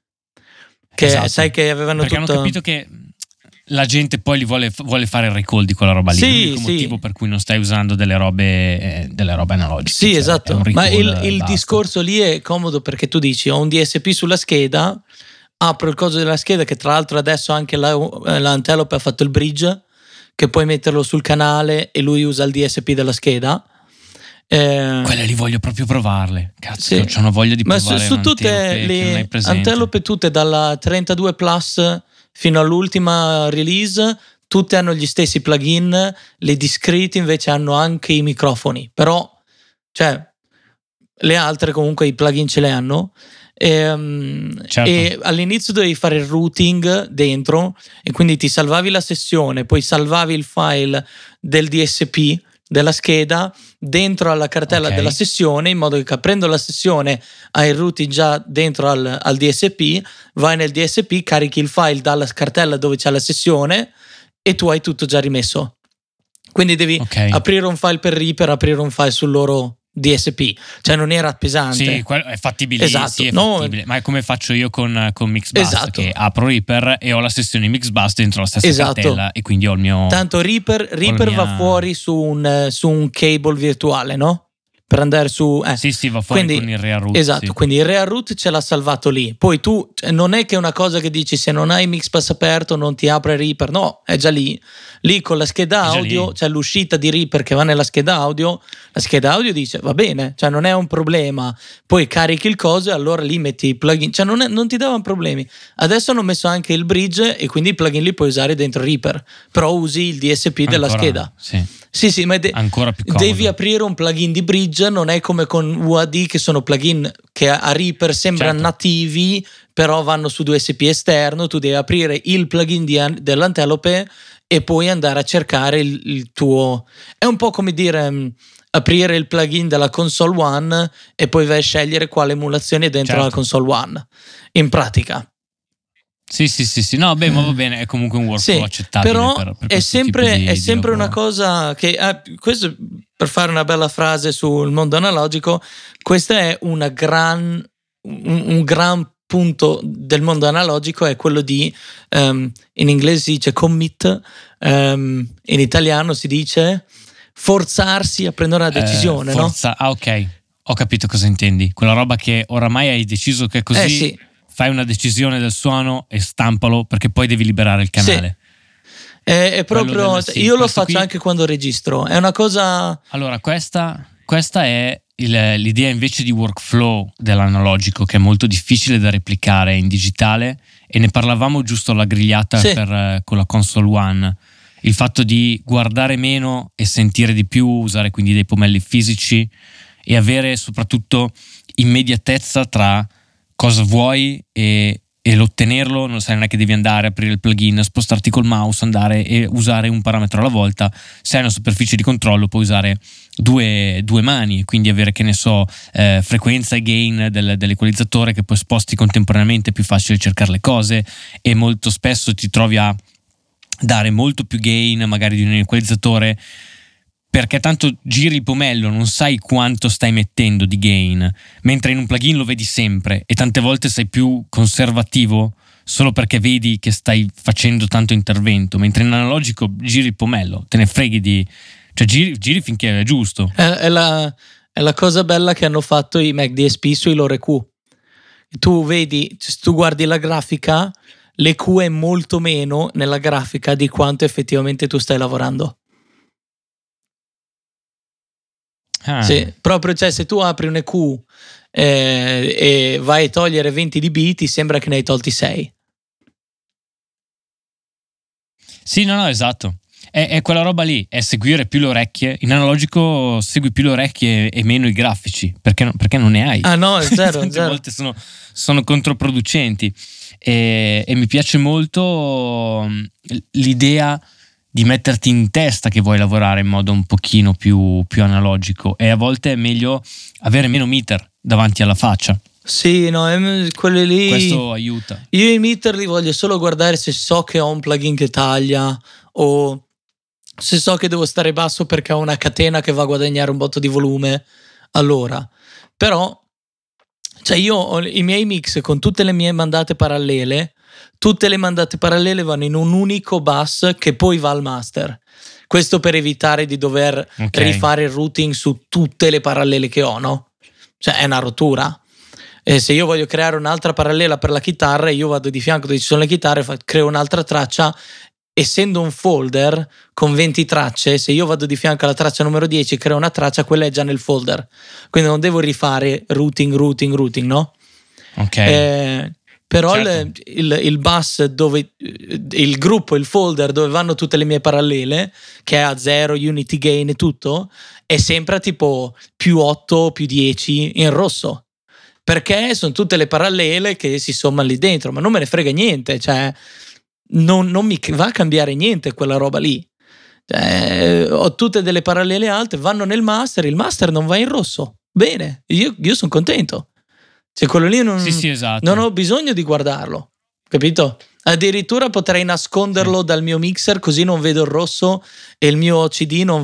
Che esatto. Sai che avevano perché hanno capito che la gente poi li vuole fare il recall di quella roba lì. Sì, l'unico motivo per cui non stai usando delle robe analogiche. Sì, cioè, esatto. Ma il basta. discorso lì è comodo perché tu dici ho un DSP sulla scheda, apro il coso della scheda, che tra l'altro adesso anche l'Antelope ha fatto il bridge, che puoi metterlo sul canale e lui usa il DSP della scheda. Quelle li voglio proprio provarle. Cazzo, c'ho una voglia di provare. Ma su tutte le Antelope, tutte dalla 32 Plus fino all'ultima release, tutte hanno gli stessi plugin. Le discrete invece hanno anche i microfoni, però cioè le altre comunque i plugin ce le hanno. Certo. E all'inizio dovevi fare il routing dentro e quindi ti salvavi la sessione, poi salvavi il file del DSP della scheda dentro alla cartella della sessione, in modo che aprendo la sessione hai il routing già dentro al DSP, vai nel DSP, carichi il file dalla cartella dove c'è la sessione e tu hai tutto già rimesso. Quindi devi aprire un file per Reaper, aprire un file sul loro DSP, cioè non era pesante. Sì, è fattibile. Esatto. Sì, è fattibile. Ma è come faccio io con Mixbus, che apro Reaper e ho la sessione Mixbus dentro la stessa cartella e quindi ho il mio. Tanto Reaper va fuori su un cable virtuale, no? Per andare su sì, va fuori con il reroute. Esatto, quindi il reroute ce l'ha salvato lì. Poi tu non è che è una cosa che dici se non hai Mixbus aperto non ti apre Reaper, no, è già lì con la scheda audio, c'è l'uscita di Reaper che va nella scheda audio, la scheda audio dice va bene, cioè non è un problema, poi carichi il coso e allora lì metti i plugin, cioè non ti davano problemi. Adesso hanno messo anche il bridge e quindi i plugin li puoi usare dentro Reaper, però usi il DSP della scheda. Sì, ma ancora più comodo. Devi aprire un plugin di bridge, non è come con UAD che sono plugin che a Reaper sembrano nativi, però vanno su DSP esterno, tu devi aprire il plugin dell'Antelope e poi andare a cercare il tuo. È un po' come dire aprire il plugin della console One e poi vai a scegliere quale emulazione è dentro la console One. In pratica. Sì, no, beh, ma va bene, è comunque un workflow accettabile. Però per è sempre una cosa che questo, per fare una bella frase sul mondo analogico, questo è un gran punto del mondo analogico, è quello di in inglese si dice commit, in italiano si dice forzarsi a prendere una decisione, no? Ok, ho capito cosa intendi. Quella roba che oramai hai deciso che è così. Fai una decisione del suono e stampalo perché poi devi liberare il canale. È proprio io lo faccio anche quando registro. È una cosa. Allora, questa è l'idea invece di workflow dell'analogico, che è molto difficile da replicare in digitale, e ne parlavamo giusto alla grigliata con la console One. Il fatto di guardare meno e sentire di più, usare quindi dei pomelli fisici e avere soprattutto immediatezza tra cosa vuoi e l'ottenerlo. Non sai, non è che devi andare, aprire il plugin, spostarti col mouse, andare e usare un parametro alla volta. Se hai una superficie di controllo puoi usare due mani e quindi avere, che ne so, frequenza e gain dell'equalizzatore che poi sposti contemporaneamente, è più facile cercare le cose e molto spesso ti trovi a dare molto più gain magari di un equalizzatore, perché tanto giri il pomello, non sai quanto stai mettendo di gain, mentre in un plugin lo vedi sempre e tante volte sei più conservativo solo perché vedi che stai facendo tanto intervento, mentre in analogico giri il pomello, te ne freghi cioè giri finché è giusto. È la cosa bella che hanno fatto i Mac DSP sui loro EQ. Tu vedi, se tu guardi la grafica, l'EQ è molto meno nella grafica di quanto effettivamente tu stai lavorando. Sì, proprio, cioè se tu apri un EQ e vai a togliere 20 dB, ti sembra che ne hai tolti 6. Sì, no, esatto. È quella roba lì, è seguire più le orecchie. In analogico segui più le orecchie e meno i grafici, perché non ne hai. Ah no, è zero. Tante volte sono controproducenti e mi piace molto l'idea di metterti in testa che vuoi lavorare in modo un pochino più analogico, e a volte è meglio avere meno meter davanti alla faccia. Sì, no, quelli lì. Questo aiuta. Io i meter li voglio solo guardare se so che ho un plugin che taglia o se so che devo stare basso perché ho una catena che va a guadagnare un botto di volume. Allora, però, cioè io ho i miei mix con tutte le mie mandate parallele. Tutte le mandate parallele vanno in un unico bus che poi va al master. Questo per evitare di dover rifare il routing su tutte le parallele che ho, no? Cioè è una rottura. E se io voglio creare un'altra parallela per la chitarra, io vado di fianco dove ci sono le chitarre, creo un'altra traccia. Essendo un folder con 20 tracce, se io vado di fianco alla traccia numero 10 e creo una traccia, quella è già nel folder. Quindi non devo rifare routing, no? Ok. Però certo. il bus dove il gruppo, il folder dove vanno tutte le mie parallele, che è a 0, unity gain e tutto, è sempre a tipo +8, +10 in rosso. Perché sono tutte le parallele che si sommano lì dentro, ma non me ne frega niente, cioè non mi va a cambiare niente quella roba lì. Ho tutte delle parallele alte, vanno nel master, il master non va in rosso. Bene, io sono contento. Cioè quello lì sì, esatto. non ho bisogno di guardarlo, capito? Addirittura potrei nasconderlo dal mio mixer così non vedo il rosso e il mio CD non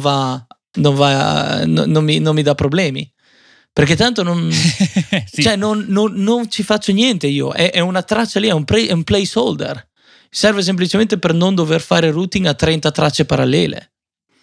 mi dà problemi. Perché tanto non, sì. cioè non ci faccio niente io, è una traccia lì, è un placeholder. Serve semplicemente per non dover fare routing a 30 tracce parallele.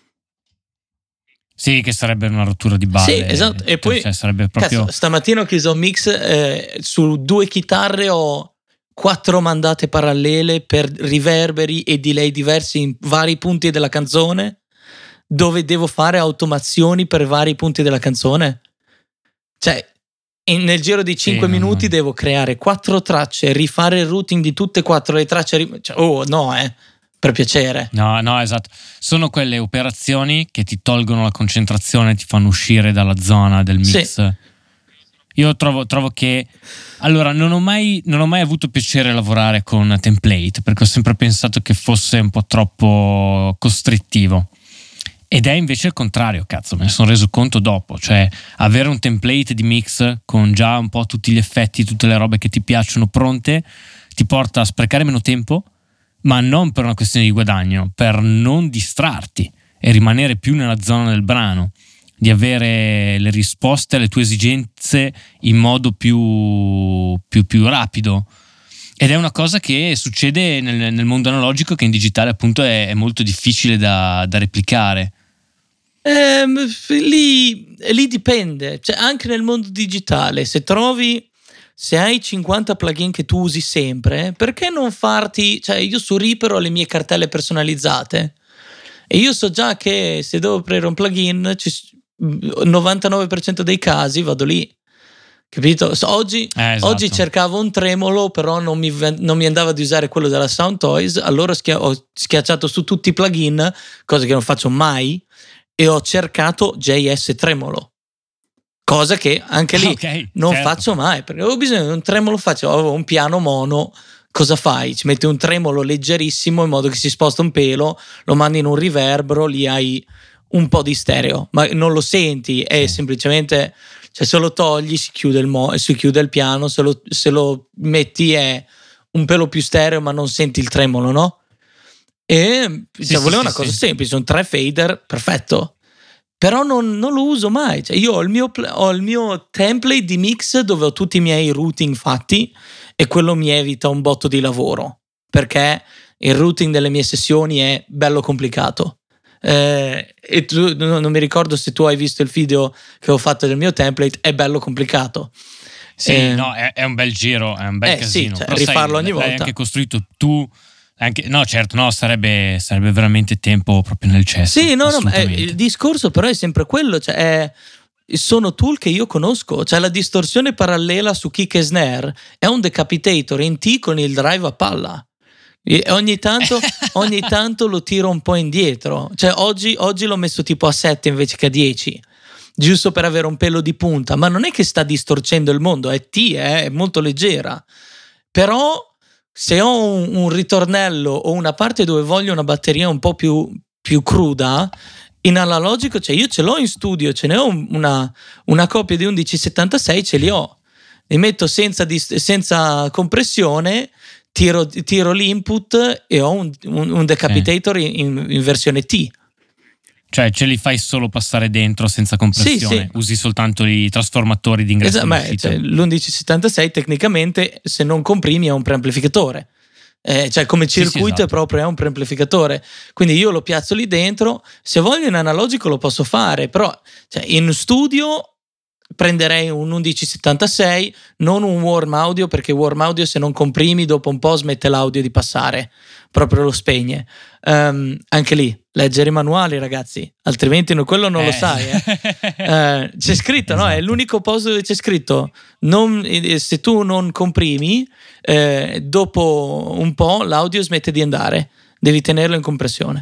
Sì, che sarebbe una rottura di balle. Sì, esatto. E poi sarebbe proprio... cazzo, stamattina ho chiuso un mix, su 2 chitarre ho 4 mandate parallele per riverberi e delay diversi in vari punti della canzone, dove devo fare automazioni per vari punti della canzone. Cioè, nel giro di 5 minuti devo creare 4 tracce, rifare il routing di tutte e 4 le tracce. Per piacere. No, esatto. Sono quelle operazioni che ti tolgono la concentrazione, ti fanno uscire dalla zona del mix. Sì. Io trovo che... Allora, non ho mai avuto piacere a lavorare con template, perché ho sempre pensato che fosse un po' troppo costrittivo. Ed è invece il contrario, cazzo, me ne sono reso conto dopo. Cioè, avere un template di mix con già un po' tutti gli effetti, tutte le robe che ti piacciono pronte, ti porta a sprecare meno tempo, ma non per una questione di guadagno, per non distrarti e rimanere più nella zona del brano, di avere le risposte alle tue esigenze in modo più rapido. Ed è una cosa che succede nel mondo analogico, che in digitale appunto è molto difficile da replicare. Lì dipende, cioè anche nel mondo digitale, se hai 50 plugin che tu usi sempre, perché non farti, cioè io su Reaper ho le mie cartelle personalizzate e io so già che se devo aprire un plugin, 99% dei casi vado lì, capito? Oggi cercavo un tremolo, però non mi andava di usare quello della Soundtoys, allora ho schiacciato su tutti i plugin, cosa che non faccio mai, e ho cercato JS Tremolo, cosa che anche lì non faccio mai, perché ho bisogno di un tremolo facile. Avevo un piano mono, cosa fai? Ci metti un tremolo leggerissimo in modo che si sposta un pelo, lo mandi in un riverbero, lì hai un po' di stereo, ma non lo senti, è semplicemente, cioè se lo togli si chiude il piano, se lo metti è un pelo più stereo ma non senti il tremolo, no? E volevo una cosa semplice, un 3 fader, perfetto. Però non lo uso mai, cioè io ho il mio template di mix dove ho tutti i miei routing fatti e quello mi evita un botto di lavoro, perché il routing delle mie sessioni è bello complicato. E tu, non mi ricordo se tu hai visto il video che ho fatto del mio template, è bello complicato. Sì, no, è un bel giro, è un bel casino. Sì, cioè, rifarlo ogni volta. L'hai anche costruito tu. No, certo, no, sarebbe veramente tempo proprio nel cesso. Sì, no, il discorso però è sempre quello, cioè sono tool che io conosco, cioè la distorsione parallela su kick e snare è un decapitator in T con il drive a palla. E ogni tanto lo tiro un po' indietro, cioè oggi l'ho messo tipo a 7 invece che a 10, giusto per avere un pelo di punta, ma non è che sta distorcendo il mondo, è T, è molto leggera. Però se ho un ritornello o una parte dove voglio una batteria un po' più cruda, in analogico, cioè io ce l'ho in studio, ce ne ho una copia di 1176, ce li ho, li metto senza compressione, tiro l'input e ho un decapitator in versione T. Cioè ce li fai solo passare dentro senza compressione, sì. Usi soltanto i trasformatori di ingresso. Cioè, l'1176 tecnicamente, se non comprimi, è un preamplificatore. Cioè come circuito esatto. è proprio un preamplificatore, quindi io lo piazzo lì dentro. Se voglio in analogico lo posso fare, però cioè, in studio prenderei un 1176, non un warm audio, perché warm audio se non comprimi dopo un po' smette l'audio di passare, proprio lo spegne. Anche lì leggere i manuali, ragazzi, altrimenti quello non lo sai. C'è scritto, esatto. No? È l'unico posto dove c'è scritto se tu non comprimi, dopo un po' l'audio smette di andare, devi tenerlo in compressione.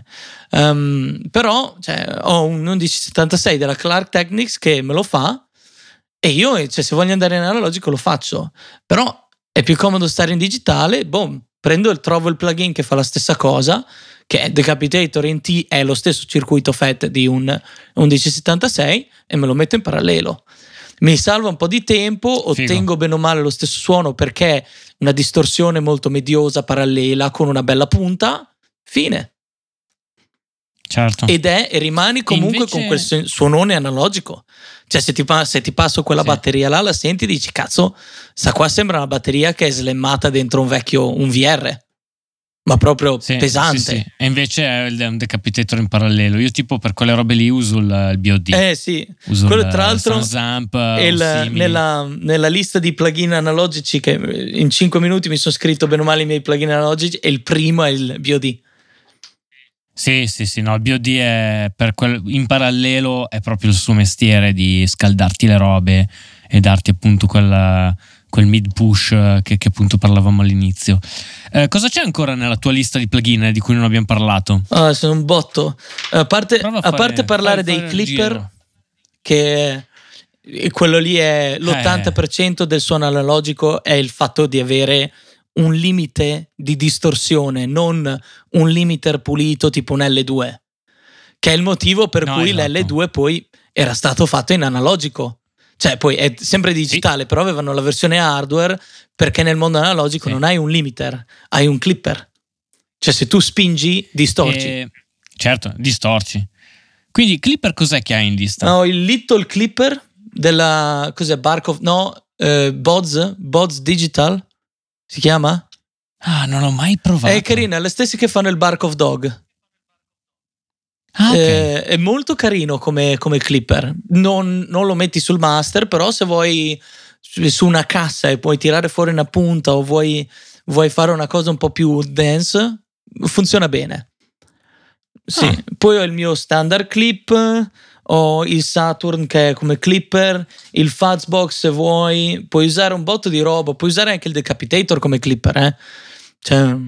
Però cioè, ho un 1176 della Clark Technics che me lo fa, e io cioè, se voglio andare in analogico lo faccio, però è più comodo stare in digitale. Trovo il plugin che fa la stessa cosa, che è Decapitator in T, è lo stesso circuito FET di un 1176, e me lo metto in parallelo. Mi salva un po' di tempo, ottengo bene o male lo stesso suono, perché è una distorsione molto mediosa parallela con una bella punta, fine. Certo. E rimani comunque invece con quel suonone analogico. Cioè se ti passo quella batteria là, la senti e dici cazzo, sta qua sembra una batteria che è slemmata dentro un VR, ma proprio pesante. Sì. E invece è un decapitator in parallelo. Io tipo per quelle robe lì uso il BOD. Sì. Uso quello tra l'altro Samp, nella lista di plugin analogici, che in 5 minuti mi sono scritto bene o male i miei plugin analogici, e il primo è il BOD. Sì, no, il BOD è in parallelo è proprio il suo mestiere di scaldarti le robe e darti appunto quel mid push che appunto parlavamo all'inizio. Cosa c'è ancora nella tua lista di plugin di cui non abbiamo parlato? Sono un botto. A parte parlare dei clipper, che quello lì è l'80% del suono analogico, è il fatto di avere un limite di distorsione, non un limiter pulito tipo un L2, che è il motivo per cui l'L2 poi era stato fatto in analogico. Cioè poi è sempre digitale, però avevano la versione hardware, perché nel mondo analogico non hai un limiter, hai un clipper. Cioè se tu spingi, distorci. Certo, distorci. Quindi clipper cos'è che hai in lista? No, il Little Clipper della... cos'è? Boz Digital si chiama? Non l'ho mai provato. È carina, le stesse che fanno il Bark of Dog. Okay. È molto carino come clipper. Non lo metti sul master, però se vuoi su una cassa e puoi tirare fuori una punta, o vuoi fare una cosa un po' più dance, funziona bene. Sì. Poi ho il mio standard clip, ho il Saturn che è come clipper, il Fuzzbox se vuoi, puoi usare un botto di roba, puoi usare anche il Decapitator come clipper, Cioè,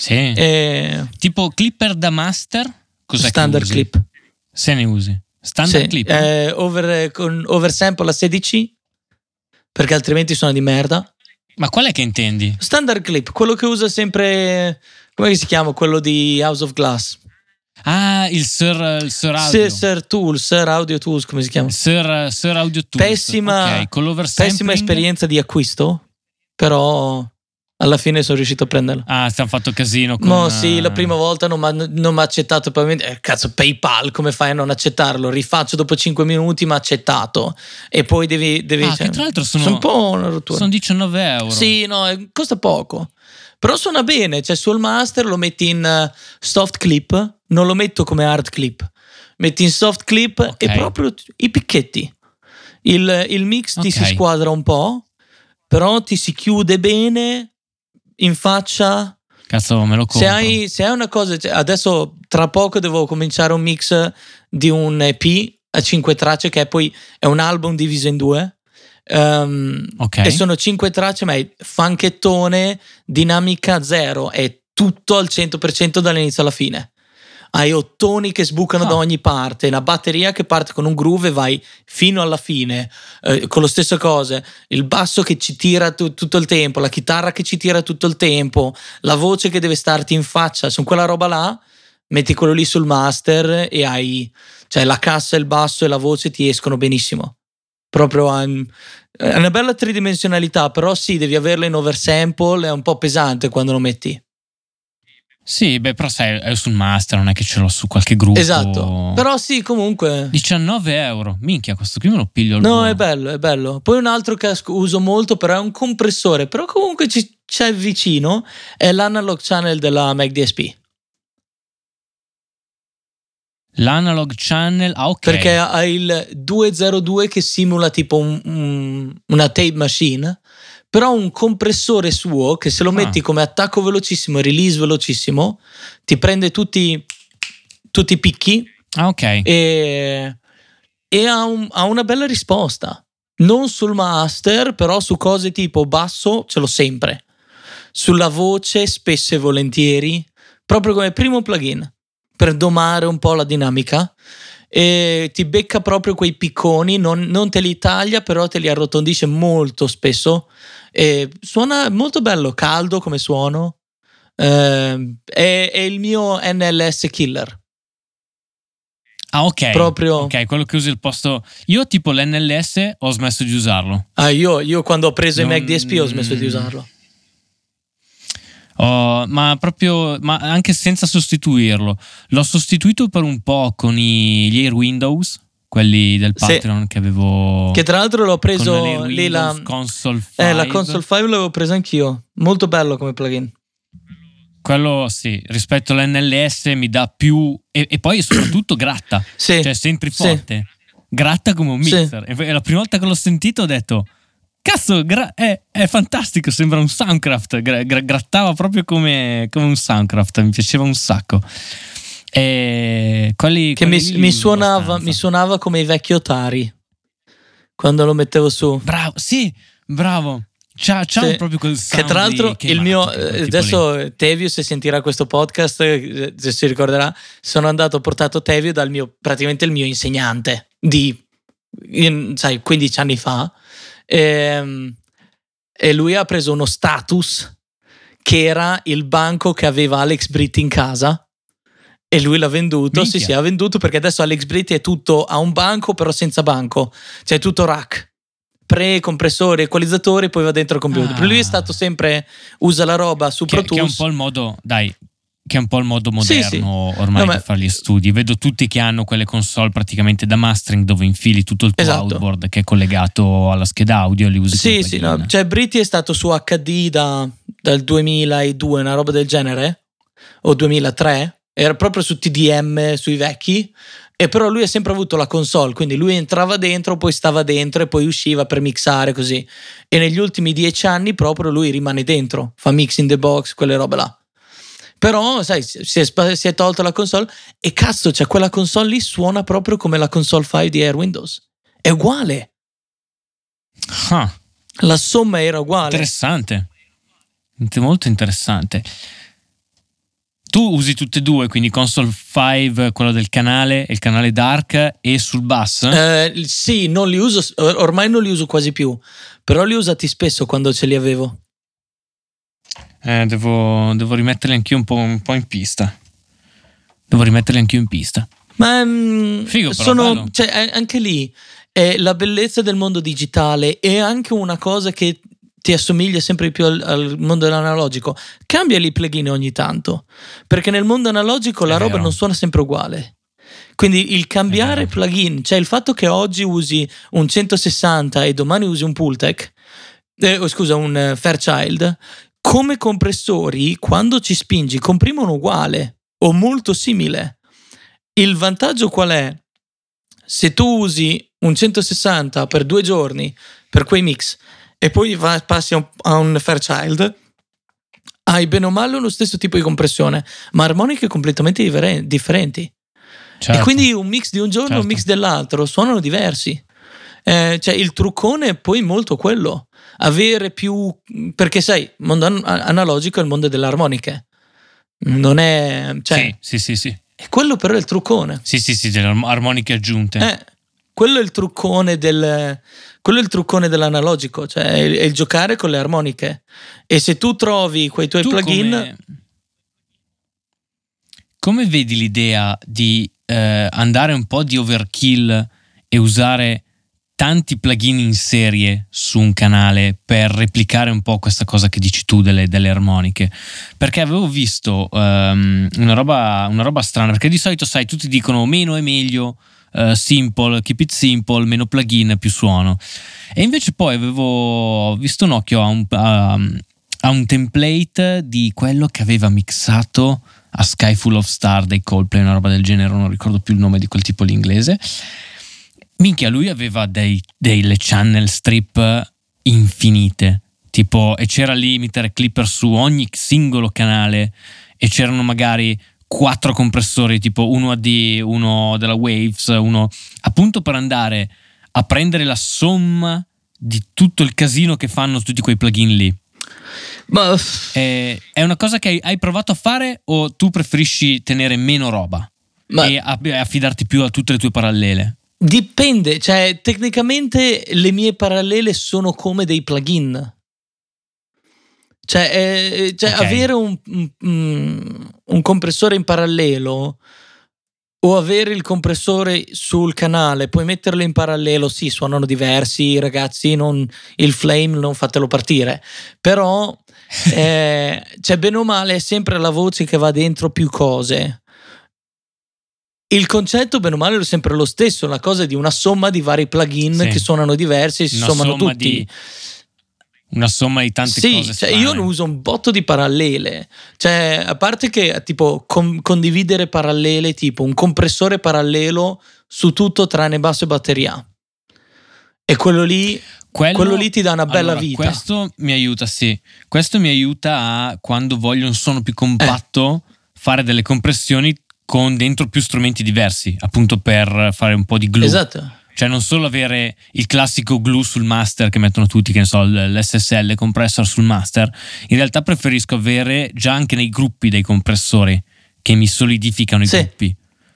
tipo clipper da master? Cos'è standard che usi? clip. Se ne usi? Standard clip? Con oversample a 16, perché altrimenti suona di merda. Ma qual è che intendi? Standard clip, quello che usa sempre, come si chiama? Quello di House of Glass. Il Sir Audio. Sir Audio Tools, come si chiama? Sir Audio Tools. Pessima esperienza di acquisto, però alla fine sono riuscito a prenderlo. Stiamo fatto casino con... No, sì, la prima volta non mi ha accettato, probabilmente. Cazzo, PayPal, come fai a non accettarlo? Rifaccio dopo 5 minuti, ma accettato. E poi devi che tra l'altro sono un po' una rottura. Sono 19 euro. Sì, no, costa poco. Però suona bene, cioè sul master lo metti in soft clip, non lo metto come hard clip. Metti in soft clip e proprio i picchetti. Il mix ti si squadra un po', però ti si chiude bene in faccia. Cazzo, me lo compro. Se hai una cosa, adesso tra poco devo cominciare un mix di un EP a 5 tracce, che poi è un album diviso in 2. E sono 5 tracce, ma è funkettone, dinamica zero, è tutto al 100% dall'inizio alla fine. Hai ottoni che sbucano da ogni parte, una batteria che parte con un groove e vai fino alla fine, con lo stesso cose, il basso che ci tira tutto il tempo, la chitarra che ci tira tutto il tempo, la voce che deve starti in faccia. Su quella roba là metti quello lì sul master e hai cioè la cassa, il basso e la voce ti escono benissimo. Proprio è una bella tridimensionalità, però sì, devi averla in oversample, è un po' pesante quando lo metti. Sì, beh, però sai, è sul master, non è che ce l'ho su qualche gruppo. Esatto, però sì, comunque 19 €, minchia, questo qui me lo piglio al no, volo. è bello. Poi un altro che uso molto, però è un compressore, però comunque c'è vicino, è l'analog channel della Mac DSP. L'analog channel, ok. Perché ha il 202 che simula tipo una tape machine, però un compressore suo che se lo metti come attacco velocissimo e release velocissimo ti prende tutti i picchi. Ok. E ha una bella risposta. Non sul master, però su cose tipo basso ce l'ho sempre. Sulla voce spesso e volentieri, proprio come primo plugin per domare un po' la dinamica, e ti becca proprio quei picconi, non te li taglia, però te li arrotondisce molto spesso e suona molto bello, caldo come suono. È il mio NLS killer. Ah, ok. Proprio. Ok, quello che usi al posto. Io tipo l'NLS ho smesso di usarlo. Io quando ho preso i Mac DSP ho smesso di usarlo. Ma anche senza sostituirlo. L'ho sostituito per un po' con gli Air Windows, quelli del Patreon che avevo. Che tra l'altro l'ho preso lì la Console 5. La Console 5 l'avevo presa anch'io. Molto bello come plugin. Quello sì, rispetto all'NLS mi dà più. E poi soprattutto gratta. Sì. Cioè, senti forte. Gratta come un mixer. Sì. E la prima volta che l'ho sentito ho detto: cazzo, è fantastico, sembra un Soundcraft. Grattava proprio come un Soundcraft, mi piaceva un sacco. E quelli mi suonava come i vecchi Otari quando lo mettevo su. Bravo, sì, bravo. C'ha proprio quel sound. Che tra l'altro il mio adesso Tevio, se sentirà questo podcast, se si ricorderà, ho portato Tevio praticamente il mio insegnante di 15 anni fa. E lui ha preso uno Status che era il banco che aveva Alex Britti in casa e lui l'ha venduto. Minchia. Sì, ha venduto, perché adesso Alex Britti è tutto a un banco però senza banco, cioè tutto rack, compressore, equalizzatore, poi va dentro il computer. Per lui è stato sempre usa la roba su Pro Tools, che è un po' il modo moderno ormai per fare gli studi. Vedo tutti che hanno quelle console praticamente da mastering dove infili tutto il tuo outboard che è collegato alla scheda audio e li usi. Sì, no. Cioè Britti è stato su HD dal 2002, una roba del genere, o 2003, era proprio su TDM, sui vecchi. E però lui ha sempre avuto la console, quindi lui entrava dentro, poi stava dentro e poi usciva per mixare così. E negli ultimi 10 anni proprio lui rimane dentro, fa mix in the box, quelle robe là. Però sai, si è tolta la console e cazzo, cioè quella console lì suona proprio come la console 5 di Air Windows. È uguale. La somma era uguale. Interessante. Molto interessante. Tu usi tutte e due, quindi console 5, quello del canale, il canale dark, e sul bus? Sì, non li uso, ormai non li uso quasi più, però li ho usati spesso quando ce li avevo. Devo rimetterli anch'io un po' in pista. Ma figo, però cioè, anche lì è la bellezza del mondo digitale, e anche una cosa che ti assomiglia sempre di più al mondo dell'analogico. Cambia i plugin ogni tanto, perché nel mondo analogico la roba non suona sempre uguale. Quindi il cambiare plugin, cioè il fatto che oggi usi un 160 e domani usi un Pultec, un Fairchild, come compressori, quando ci spingi, comprimono uguale o molto simile. Il vantaggio qual è? Se tu usi un 160 per 2 giorni per quei mix e poi passi a un Fairchild, hai bene o male lo stesso tipo di compressione, ma armoniche completamente differenti. Certo. E quindi un mix di un giorno e un mix dell'altro suonano diversi. Cioè il truccone è poi molto quello, avere più, perché sai, il mondo analogico è il mondo delle armoniche, non è, cioè, sì. E quello però è il truccone. Sì, delle armoniche aggiunte. Quello è il truccone dell'analogico, cioè è il giocare con le armoniche. E se tu trovi quei tuoi plugin, come vedi l'idea di andare un po' di overkill e usare tanti plugin in serie su un canale per replicare un po' questa cosa che dici tu delle armoniche, perché avevo visto una roba strana, perché di solito sai tutti dicono meno è meglio, simple, keep it simple, meno plugin più suono, e invece poi avevo visto un occhio a un template di quello che aveva mixato a Sky Full of Stars dei Coldplay, una roba del genere, non ricordo più il nome di quel tipo l'inglese. Minchia, lui aveva delle channel strip infinite, tipo, e c'era limiter clipper su ogni singolo canale, e c'erano magari 4 compressori, tipo uno AD, uno della Waves, uno appunto per andare a prendere la somma di tutto il casino che fanno tutti quei plugin lì. Ma È una cosa che hai provato a fare, o tu preferisci tenere meno roba e affidarti più a tutte le tue parallele? dipende, cioè tecnicamente le mie parallele sono come dei plugin. Cioè, Ok. avere un compressore in parallelo o avere il compressore sul canale, poi metterlo in parallelo, sì, suonano diversi, ragazzi, il flame non fatelo partire, però cioè bene o male è sempre la voce che va dentro più cose. Il concetto bene o male è sempre lo stesso, la cosa di una somma di vari plugin Sì. che suonano diversi e si Una sommano somma tutti. Una somma di tante Sì, cose cioè strane. io ne uso un botto di parallele, cioè a parte che tipo condividere parallele, tipo un compressore parallelo su tutto tranne basso e batteria, e quello lì ti dà una bella allora, vita. Questo mi aiuta, sì. Questo mi aiuta a, quando voglio un suono più compatto, fare delle compressioni con dentro più strumenti diversi, appunto per fare un po' di glue. Esatto. Cioè non solo avere il classico glue sul master che mettono tutti, che ne so, l'SSL compressor sul master. In realtà preferisco avere già anche nei gruppi dei compressori che mi solidificano i gruppi.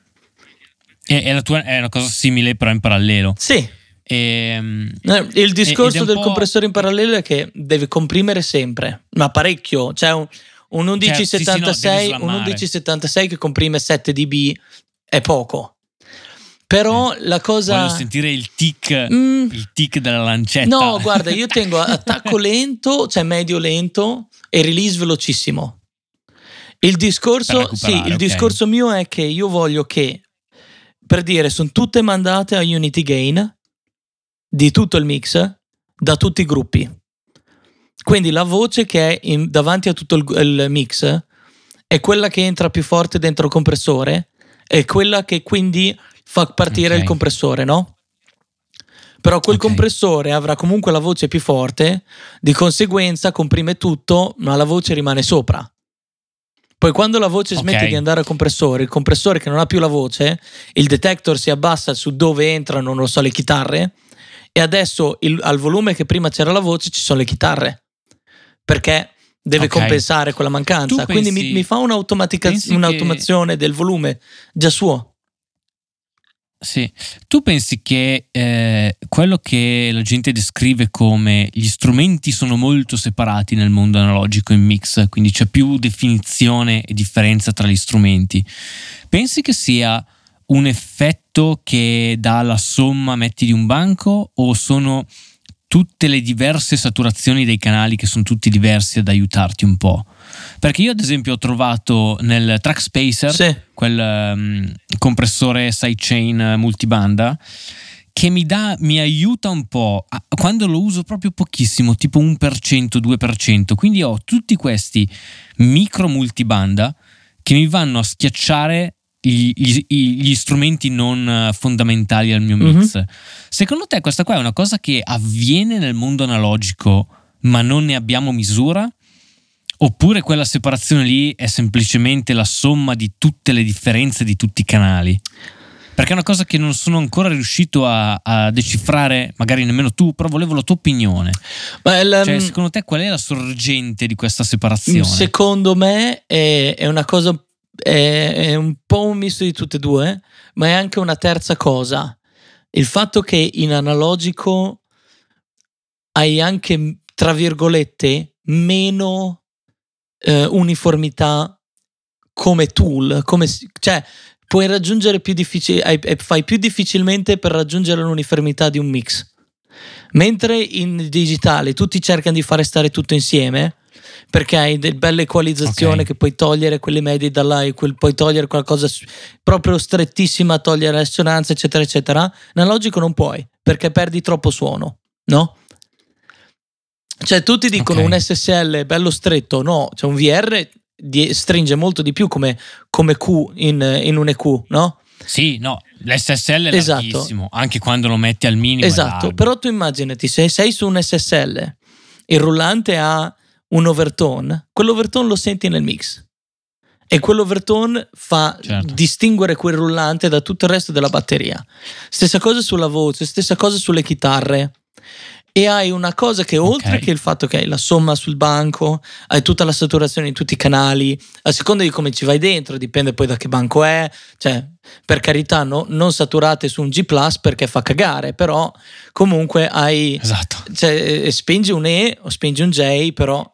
E la tua è una cosa simile, però in parallelo. Sì. Il discorso del compressore in parallelo è che deve comprimere sempre, ma parecchio. C'è un 1176, un 1176 che comprime 7 dB è poco. Però la cosa... Voglio sentire il tic della lancetta. No, guarda, io tengo attacco lento, cioè medio lento, e release velocissimo. Il discorso mio è che io voglio che, per dire, sono tutte mandate a Unity Gain di tutto il mix da tutti i gruppi. Quindi la voce che è davanti a tutto il mix è quella che entra più forte dentro il compressore, è quella che quindi fa partire il compressore, no? Però quel compressore avrà comunque la voce più forte, di conseguenza comprime tutto, ma la voce rimane sopra. Poi quando la voce smette di andare al compressore, il compressore che non ha più la voce, il detector si abbassa su dove entrano, non so, le chitarre, e adesso al volume che prima c'era la voce ci sono le chitarre, perché deve compensare quella mancanza. Quindi mi fa un'automazione del volume già suo. Sì, tu pensi che quello che la gente descrive come gli strumenti sono molto separati nel mondo analogico in mix, quindi c'è più definizione e differenza tra gli strumenti, pensi che sia un effetto che dà la somma metti di un banco, o sono tutte le diverse saturazioni dei canali che sono tutti diversi ad aiutarti un po'? Perché io ad esempio ho trovato nel Trackspacer quel compressore sidechain multibanda che mi aiuta un po' quando lo uso proprio pochissimo, tipo 1%, 2%, quindi ho tutti questi micro multibanda che mi vanno a schiacciare gli strumenti non fondamentali al mio mix. Secondo te questa qua è una cosa che avviene nel mondo analogico ma non ne abbiamo misura? Oppure quella separazione lì è semplicemente la somma di tutte le differenze di tutti i canali? Perché è una cosa che non sono ancora riuscito a decifrare, magari nemmeno tu, però volevo la tua opinione. Cioè, secondo te qual è la sorgente di questa separazione? Secondo me è una cosa, è un po' un misto di tutte e due, ma è anche una terza cosa. Il fatto che in analogico hai anche, tra virgolette, meno uniformità come tool, cioè puoi raggiungere più fai più difficilmente per raggiungere l'uniformità di un mix. Mentre in digitale tutti cercano di fare stare tutto insieme, perché hai delle belle equalizzazioni che puoi togliere quelle medie da là e puoi togliere qualcosa proprio strettissima, togliere la risonanza, eccetera eccetera. Analogico non puoi, perché perdi troppo suono, no? Cioè tutti dicono un SSL bello stretto, no, cioè un VR stringe molto di più come Q in un EQ, no? Sì, no, l'SSL è larghissimo, anche quando lo metti al minimo. Esatto, però tu immaginati, se sei su un SSL, il rullante ha un overtone, quell'overtone lo senti nel mix e quell'overtone fa distinguere quel rullante da tutto il resto della batteria. Stessa cosa sulla voce, stessa cosa sulle chitarre. E hai una cosa che oltre che il fatto che hai la somma sul banco, hai tutta la saturazione in tutti i canali, a seconda di come ci vai dentro, dipende poi da che banco è, cioè per carità non saturate su un G+, perché fa cagare, però comunque hai cioè, spingi un E o spingi un J, però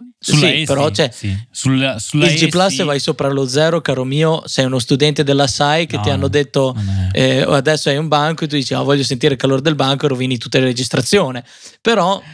Sulla il G Plus vai sopra lo 0, caro mio, sei uno studente della SAI che ti hanno detto adesso hai un banco e tu dici voglio sentire il calore del banco e rovini tutte le registrazioni, però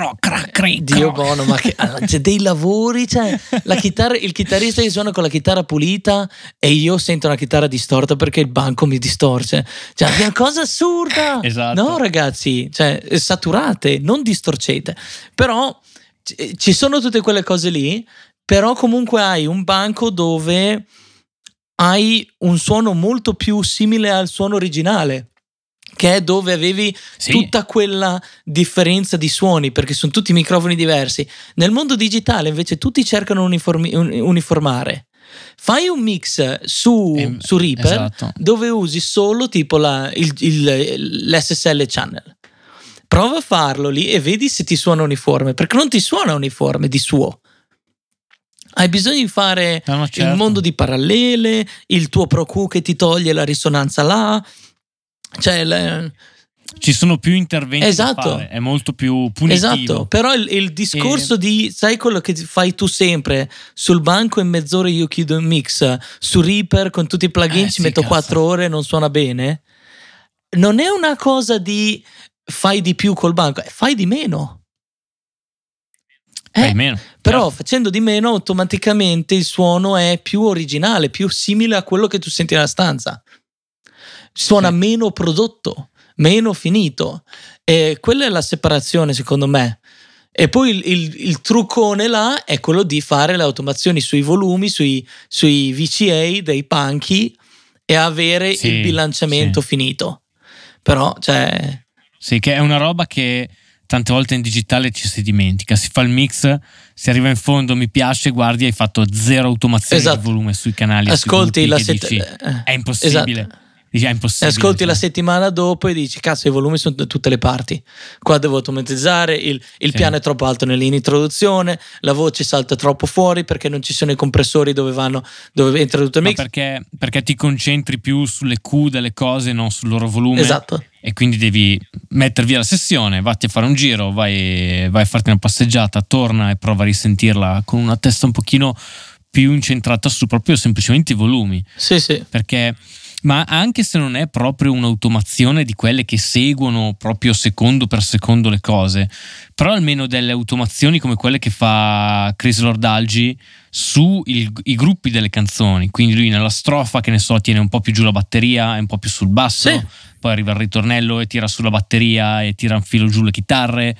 Dio buono, ma c'è dei lavori, cioè il chitarrista che suona con la chitarra pulita e io sento una chitarra distorta perché il banco mi distorce, cioè è una cosa assurda. No ragazzi, cioè saturate, non distorcete, però ci sono tutte quelle cose lì, però comunque hai un banco dove hai un suono molto più simile al suono originale, che è dove avevi tutta quella differenza di suoni, perché sono tutti microfoni diversi. Nel mondo digitale invece tutti cercano uniformare. Fai un mix su Reaper dove usi solo tipo l'SSL channel. Prova a farlo lì e vedi se ti suona uniforme, perché non ti suona uniforme di suo. Hai bisogno di fare il mondo di parallele, il tuo Pro Q che ti toglie la risonanza là. Cioè, ci sono più interventi da fare, è molto più punitivo. Esatto, però il discorso di, sai quello che fai tu sempre, sul banco in mezz'ora io chiudo il mix, su Reaper con tutti i plugin ci metto 4 ore e non suona bene, non è una cosa di fai di più col banco, fai di meno. Fai meno, però facendo di meno automaticamente il suono è più originale, più simile a quello che tu senti nella stanza. Suona meno prodotto, meno finito, e quella è la separazione secondo me. E poi il truccone là è quello di fare le automazioni sui volumi, sui VCA dei panchi e avere il bilanciamento finito. Però cioè che è una roba che tante volte in digitale ci si dimentica. Si fa il mix, si arriva in fondo, mi piace, guardi, hai fatto 0 automazione di volume sui canali. Ascolti è impossibile. Dici, è impossibile. Ascolti la settimana dopo e dici cazzo, i volumi sono da tutte le parti, qua devo automatizzare, il piano è troppo alto nell'introduzione, la voce salta troppo fuori perché non ci sono i compressori dove entra tutto il mix. Perché ti concentri più sulle Q delle cose, non sul loro volume. Esatto. E quindi devi mettere via la sessione, vatti a fare un giro, vai a farti una passeggiata, torna e prova a risentirla con una testa un pochino più incentrata su proprio semplicemente i volumi. Sì. Perché ma anche se non è proprio un'automazione di quelle che seguono proprio secondo per secondo le cose, però almeno delle automazioni come quelle che fa Chris Lord-Alge su i gruppi delle canzoni, quindi lui nella strofa, che ne so, tiene un po' più giù la batteria e un po' più sul basso, poi arriva il ritornello e tira sulla batteria e tira un filo giù le chitarre,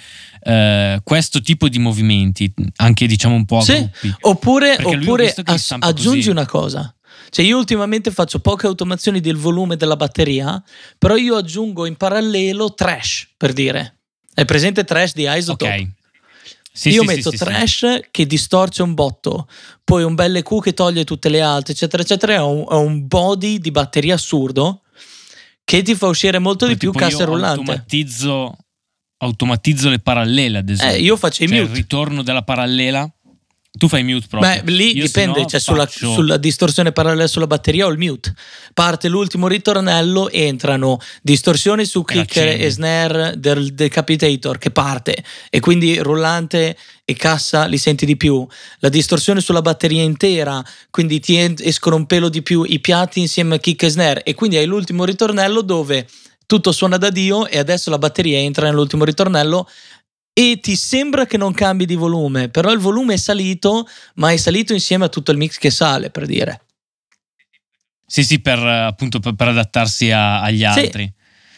questo tipo di movimenti anche diciamo un po' a gruppi. Oppure aggiungi una cosa. Cioè io ultimamente faccio poche automazioni del volume della batteria, però io aggiungo in parallelo trash, per dire. È presente trash di Isotope? Io metto trash che distorce un botto, poi un bel EQ che toglie tutte le altre, eccetera, eccetera. È un body di batteria assurdo che ti fa uscire molto di più cassa rullante. Automatizzo le parallele, ad esempio. Io faccio i mute. Il ritorno della parallela. Tu fai mute proprio. Beh, lì Io dipende, cioè faccio... sulla distorsione parallela sulla batteria o il mute. Parte l'ultimo ritornello, entrano distorsioni su kicker e snare del decapitator che parte, e quindi rullante e cassa li senti di più. La distorsione sulla batteria intera, quindi ti escono un pelo di più i piatti insieme a kick e snare, e quindi hai l'ultimo ritornello dove tutto suona da Dio e adesso la batteria entra nell'ultimo ritornello e ti sembra che non cambi di volume, però il volume è salito, ma è salito insieme a tutto il mix che sale, per dire. Sì, per appunto per adattarsi agli altri.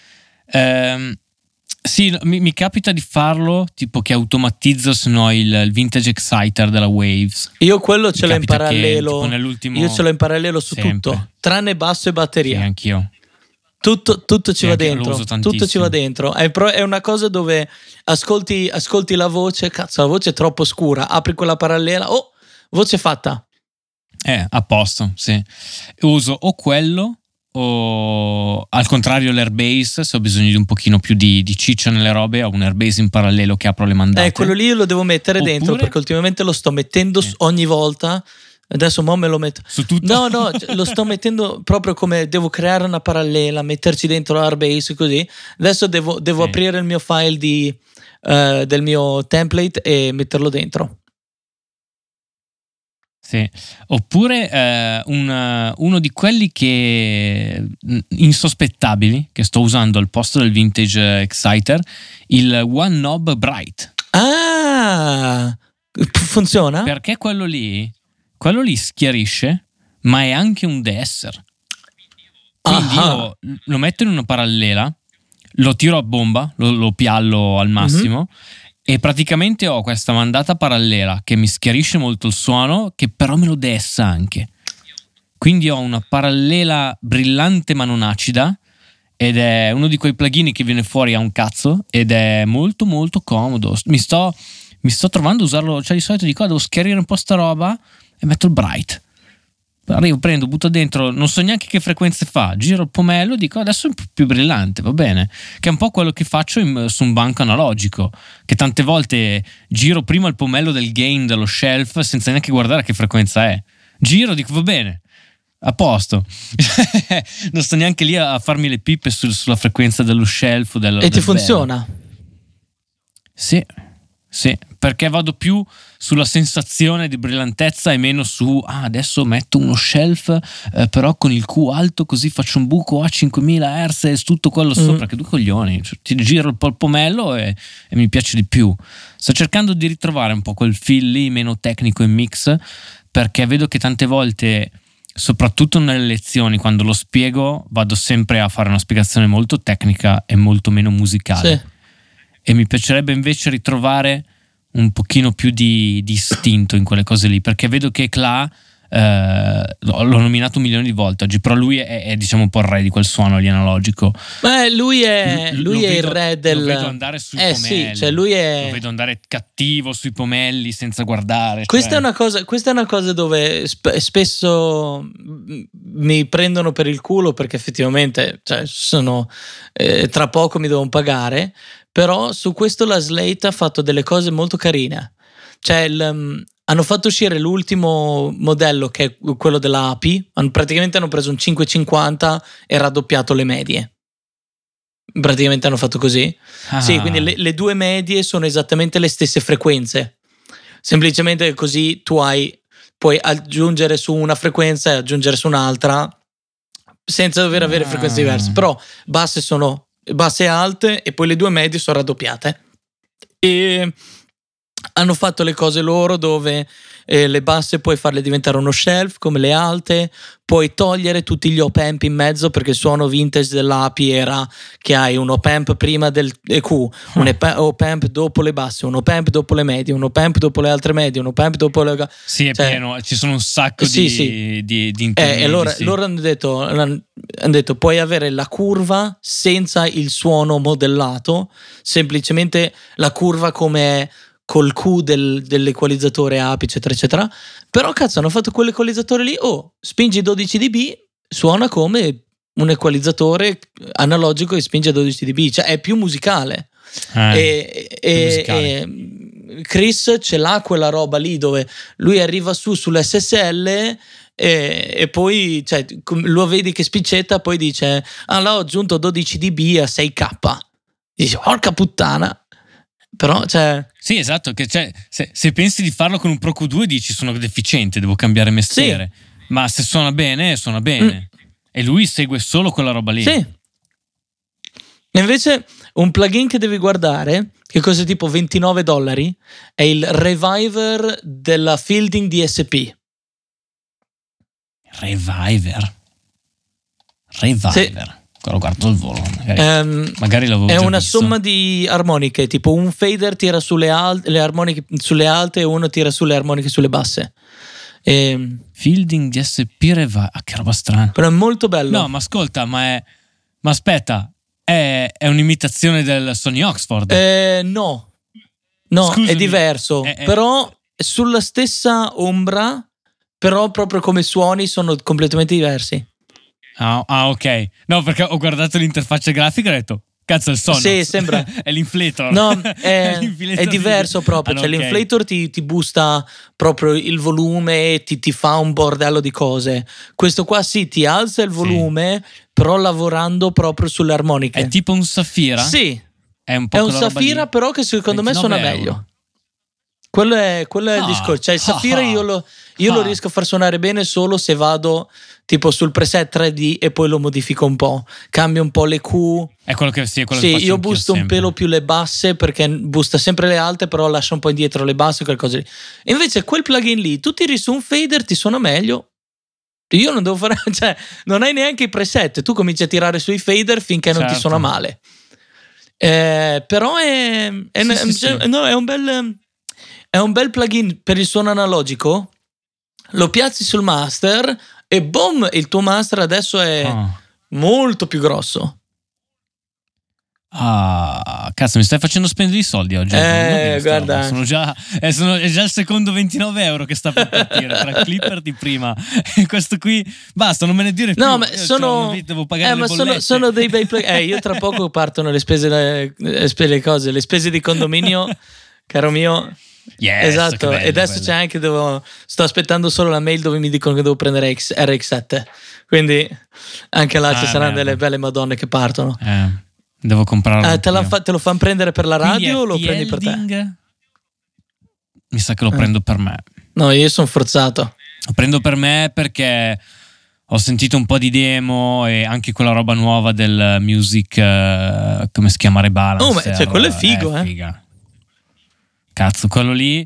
Sì, mi capita di farlo, tipo che automatizzo se no il vintage exciter della Waves. Io quello ce l'ho in parallelo. Io ce l'ho in parallelo su sempre. Tutto, tranne basso e batteria. Sì, anch'io. Tutto ci va dentro. Tutto ci va dentro. È una cosa dove ascolti la voce, cazzo, la voce è troppo scura, apri quella parallela, voce fatta. A posto, sì. Uso o quello o al contrario l'Airbase, se ho bisogno di un pochino più di ciccia nelle robe, ho un Airbase in parallelo che apro le mandate. Quello lì io lo devo mettere dentro, perché ultimamente lo sto mettendo ogni volta. Adesso me lo metto su tutto. No, lo sto mettendo proprio come devo creare una parallela, metterci dentro l'Airbase così. Adesso devo aprire il mio file del mio template e metterlo dentro. Sì. Oppure uno di quelli che insospettabili che sto usando al posto del vintage exciter, il One Knob Bright. Funziona? Perché quello lì schiarisce, ma è anche un deesser. Quindi io lo metto in una parallela, lo tiro a bomba, lo piallo al massimo, e praticamente ho questa mandata parallela che mi schiarisce molto il suono, che però me lo deessa anche. Quindi ho una parallela brillante ma non acida, ed è uno di quei plugin che viene fuori a un cazzo, ed è molto molto comodo. Mi sto trovando a usarlo, cioè di solito dico devo schiarire un po' sta roba e metto il bright. Arrivo, prendo, butto dentro, non so neanche che frequenze fa, giro il pomello, dico adesso è un po' più brillante, va bene, che è un po' quello che faccio su un banco analogico, che tante volte giro prima il pomello del gain dello shelf senza neanche guardare a che frequenza è, giro, dico va bene, a posto. Non sto neanche lì a farmi le pippe sulla frequenza dello shelf e ti funziona? Sì, perché vado più sulla sensazione di brillantezza e meno su adesso metto uno shelf però con il Q alto, così faccio un buco a 5000 Hz e tutto quello sopra, che due coglioni, cioè, ti giro il pomello e mi piace di più. Sto cercando di ritrovare un po' quel feel lì meno tecnico in mix, perché vedo che tante volte, soprattutto nelle lezioni, quando lo spiego vado sempre a fare una spiegazione molto tecnica e molto meno musicale. Sì. E mi piacerebbe invece ritrovare un pochino più di istinto in quelle cose lì, perché vedo che Kla l'ho nominato 1 milione di volte oggi, però lui è diciamo un po' il re di quel suono lì analogico. Lui è il re del... Lo vedo andare sui pomelli, sì, cioè lui è... lo vedo andare cattivo sui pomelli senza guardare. Questa è una cosa dove spesso mi prendono per il culo, perché effettivamente sono tra poco mi devono pagare, però su questo la Slate ha fatto delle cose molto carine. Cioè hanno fatto uscire l'ultimo modello, che è quello della API. Praticamente hanno preso un 550 e raddoppiato le medie. Praticamente hanno fatto così. Sì, quindi le due medie sono esattamente le stesse frequenze. Semplicemente così puoi aggiungere su una frequenza e aggiungere su un'altra senza dover avere frequenze diverse. Però basse e alte, e poi le due medie sono raddoppiate. E hanno fatto le cose loro dove le basse puoi farle diventare uno shelf come le alte, puoi togliere tutti gli op-amp in mezzo, perché il suono vintage dell'API era che hai un op-amp prima del EQ, un op-amp dopo le basse, un op-amp dopo le medie, un op-amp dopo le altre medie, un op-amp dopo le... Sì, è pieno, ci sono un sacco di intermedi. E loro hanno detto puoi avere la curva senza il suono modellato, semplicemente la curva come col Q dell'equalizzatore API eccetera eccetera. Però cazzo, hanno fatto quell'equalizzatore lì, spingi 12 dB, suona come un equalizzatore analogico e spinge 12 dB, cioè è più musicale. Chris ce l'ha quella roba lì dove lui arriva sull'SSL e poi lo vedi che spiccetta, poi dice là ho aggiunto 12 dB a 6K, dice porca puttana. Però sì, esatto, che se pensi di farlo con un Pro Q2 dici sono deficiente, devo cambiare mestiere, sì. Ma se suona bene e lui segue solo quella roba lì. Sì. E invece un plugin che devi guardare, che costa tipo $29, è il Reviver della Fielding DSP. Reviver. Sì. Lo guardo al volo, magari l'avevo è già una visto. somma di armoniche, tipo un fader tira sulle le armoniche sulle alte e uno tira sulle armoniche sulle basse. Fielding DSP Reviver, che roba strana. Però è molto bello. No, ma ascolta, ma aspetta, è un'imitazione del Sony Oxford? No, scusami, è diverso, però è sulla stessa ombra, però proprio come suoni sono completamente diversi. Ah, ok. No, perché ho guardato l'interfaccia grafica e ho detto cazzo, è il Sonox. Sì, sembra è l'inflator. No, è diverso proprio. Okay. L'inflator ti boosta proprio il volume, ti fa un bordello di cose. Questo qua sì, ti alza il volume, sì, però lavorando proprio sulle armoniche. È tipo un Safira? Sì, è un Safira, però che secondo me suona meglio. Quello è il discorso. Cioè il Safira io lo riesco a far suonare bene solo se vado tipo sul preset 3D e poi lo modifico un po', cambio un po' le Q. È quello che sì, io boosto un pelo più le basse, perché boosta sempre le alte, però lascia un po' indietro le basse, quelle cose lì. E invece quel plugin lì, tu tiri su un fader, ti suona meglio. Io non devo fare, cioè non hai neanche i preset, tu cominci a tirare sui fader finché non ti suona male. Però è un bel plugin per il suono analogico. Lo piazzi sul master e boom, il tuo master adesso è molto più grosso. Cazzo, mi stai facendo spendere i soldi oggi. Guarda, sono già il secondo €29 che sta per partire tra Clipper di prima e questo qui. Basta, non me ne dire più. No, ma devo pagare le bollette. Sono dei bei plugin. Io tra poco partono le spese, le cose, le spese di condominio, caro mio. Yes, esatto, bello, e adesso c'è anche sto aspettando solo la mail dove mi dicono che devo prendere RX7, quindi anche là ci saranno delle belle madonne che partono. Devo comprarlo. Te lo fanno prendere per la radio o lo prendi per te? Mi sa che lo prendo per me. No, io sono forzato. Lo prendo per me perché ho sentito un po' di demo e anche quella roba nuova del Music, come si chiama, Rebalance. Cioè quello è figo, figa. Cazzo, quello lì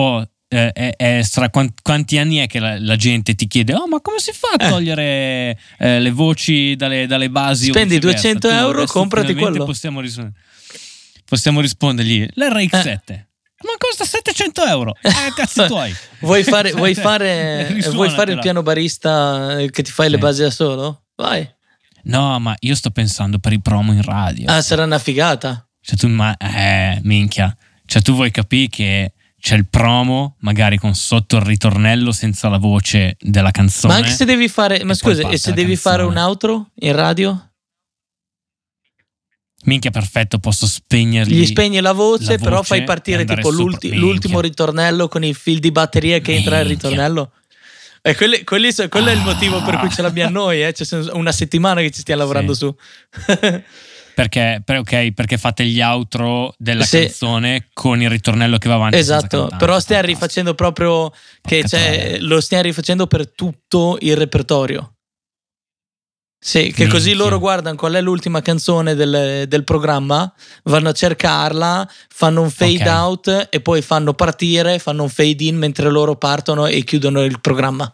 quanti anni è che la gente ti chiede ma come si fa a togliere le voci dalle basi? Spendi €200, comprati quello. Possiamo rispondergli l'RX7 ma costa €700. Cazzi tuoi. Vuoi fare il piano barista che ti fai le basi da solo? Vai. No, ma io sto pensando per i promo in radio. Sarà una figata. Cioè minchia. Cioè tu vuoi capire che c'è il promo magari con sotto il ritornello senza la voce della canzone. Ma anche se devi fare, ma scusa, e se devi fare un outro in radio? Minchia, perfetto, posso spegnergli. Gli spegni la voce però fai partire tipo l'ultimo ritornello con il fil di batteria che entra nel ritornello. E quello è il motivo per cui ce l'abbiamo noi, C'è una settimana che ci stiamo lavorando su. Perché fate gli outro della canzone con il ritornello che va avanti. Esatto, però stiamo rifacendo proprio lo stiamo rifacendo per tutto il repertorio. Sì, che così loro guardano qual è l'ultima canzone del programma, vanno a cercarla, fanno un fade out e poi fanno partire, fanno un fade in mentre loro partono e chiudono il programma.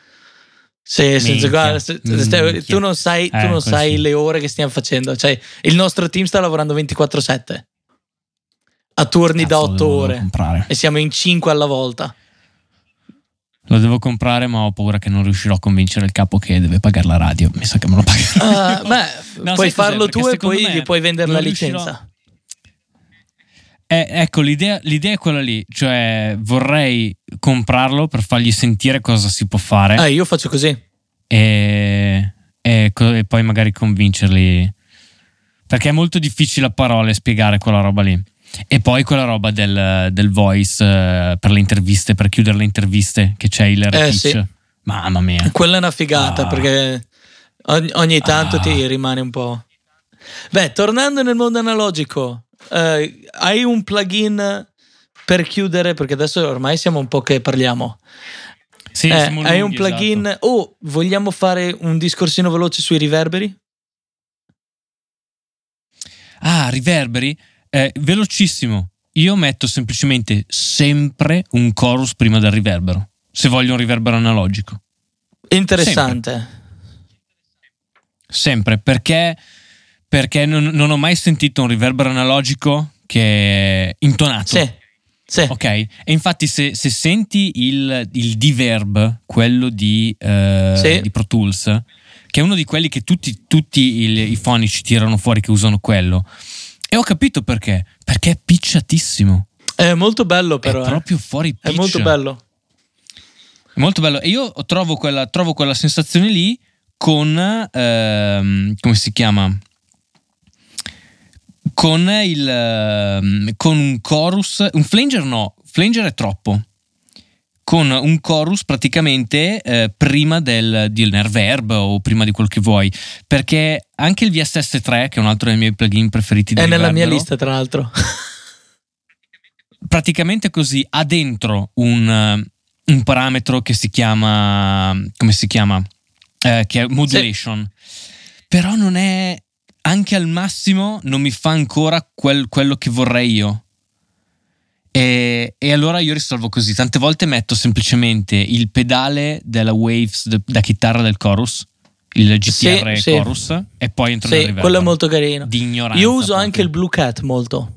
Tu non sai le ore che stiamo facendo. Cioè, il nostro team sta lavorando 24/7 a turni da 8 ore e siamo in 5 alla volta. Lo devo comprare, ma ho paura che non riuscirò a convincere il capo che deve pagare la radio. Mi sa che me lo pagherà. Puoi farlo tu e poi gli puoi vendere la licenza. Ecco, l'idea è quella lì, cioè vorrei comprarlo per fargli sentire cosa si può fare. Io faccio così. E poi magari convincerli. perché è molto difficile a parole spiegare quella roba lì. E poi quella roba del voice per le interviste, per chiudere le interviste, che c'è il repeat. Sì. Mamma mia. Quella è una figata, perché ogni tanto ti rimane un po'. Beh, tornando nel mondo analogico, hai un plugin per chiudere, perché adesso ormai siamo un po' che parliamo. Sì, siamo hai lunghi, un plugin, esatto. Vogliamo fare un discorsino veloce sui riverberi? Riverberi? Velocissimo. Io metto semplicemente sempre un chorus prima del riverbero, se voglio un riverbero analogico. Interessante. Sempre, perché non ho mai sentito un riverbero analogico che è intonato. Sì. Ok, e infatti se senti il D-Verb, quello di Pro Tools, che è uno di quelli che tutti i fonici tirano fuori, che usano quello, e ho capito perché è picciatissimo. È molto bello, però è proprio fuori pitch. È molto bello. È molto bello. E io trovo quella sensazione lì con come si chiama? Con un chorus, un flanger no, flanger è troppo. Con un chorus praticamente prima del reverb o prima di quel che vuoi, perché anche il VSS3, che è un altro dei miei plugin preferiti di riverbero, è nella mia lista, tra l'altro. Praticamente così ha dentro un parametro che si chiama, come si chiama? Che è modulation. Però non è, anche al massimo non mi fa ancora quello che vorrei io. E allora io risolvo così. Tante volte metto semplicemente il pedale della Waves da chitarra del chorus, il GTR chorus, e poi entro nel riverbero. Quello è molto carino. Di ignoranza. Io uso anche il Blue Cat molto.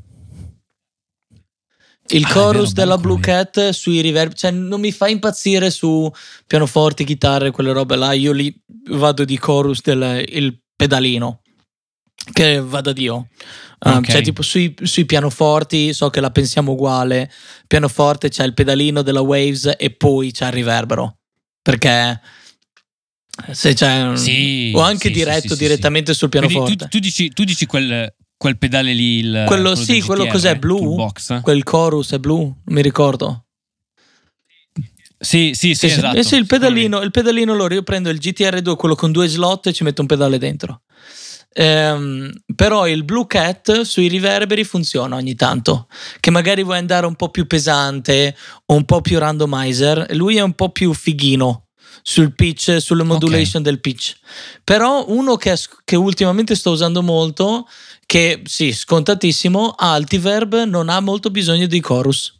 Il chorus della Blue Cat sui riverb, cioè non mi fa impazzire su pianoforti, chitarre, quelle robe là. Io lì vado di chorus il pedalino, che va da Dio. Cioè tipo sui pianoforti so che la pensiamo uguale. Pianoforte c'è il pedalino della Waves e poi c'è il riverbero, perché se c'è o anche direttamente sul pianoforte. Tu dici quel pedale lì, quello cos'è? Blu? Quel chorus è blu? Non mi ricordo. Sì, esatto. Il pedalino loro, io prendo il GTR2, quello con 2 slot, e ci metto un pedale dentro. Però il Blue Cat sui riverberi funziona ogni tanto, che magari vuoi andare un po' più pesante o un po' più randomizer, lui è un po' più fighino sul pitch, sulle modulation del pitch. Però uno che ultimamente sto usando molto, che sì, scontatissimo, Altiverb non ha molto bisogno di chorus.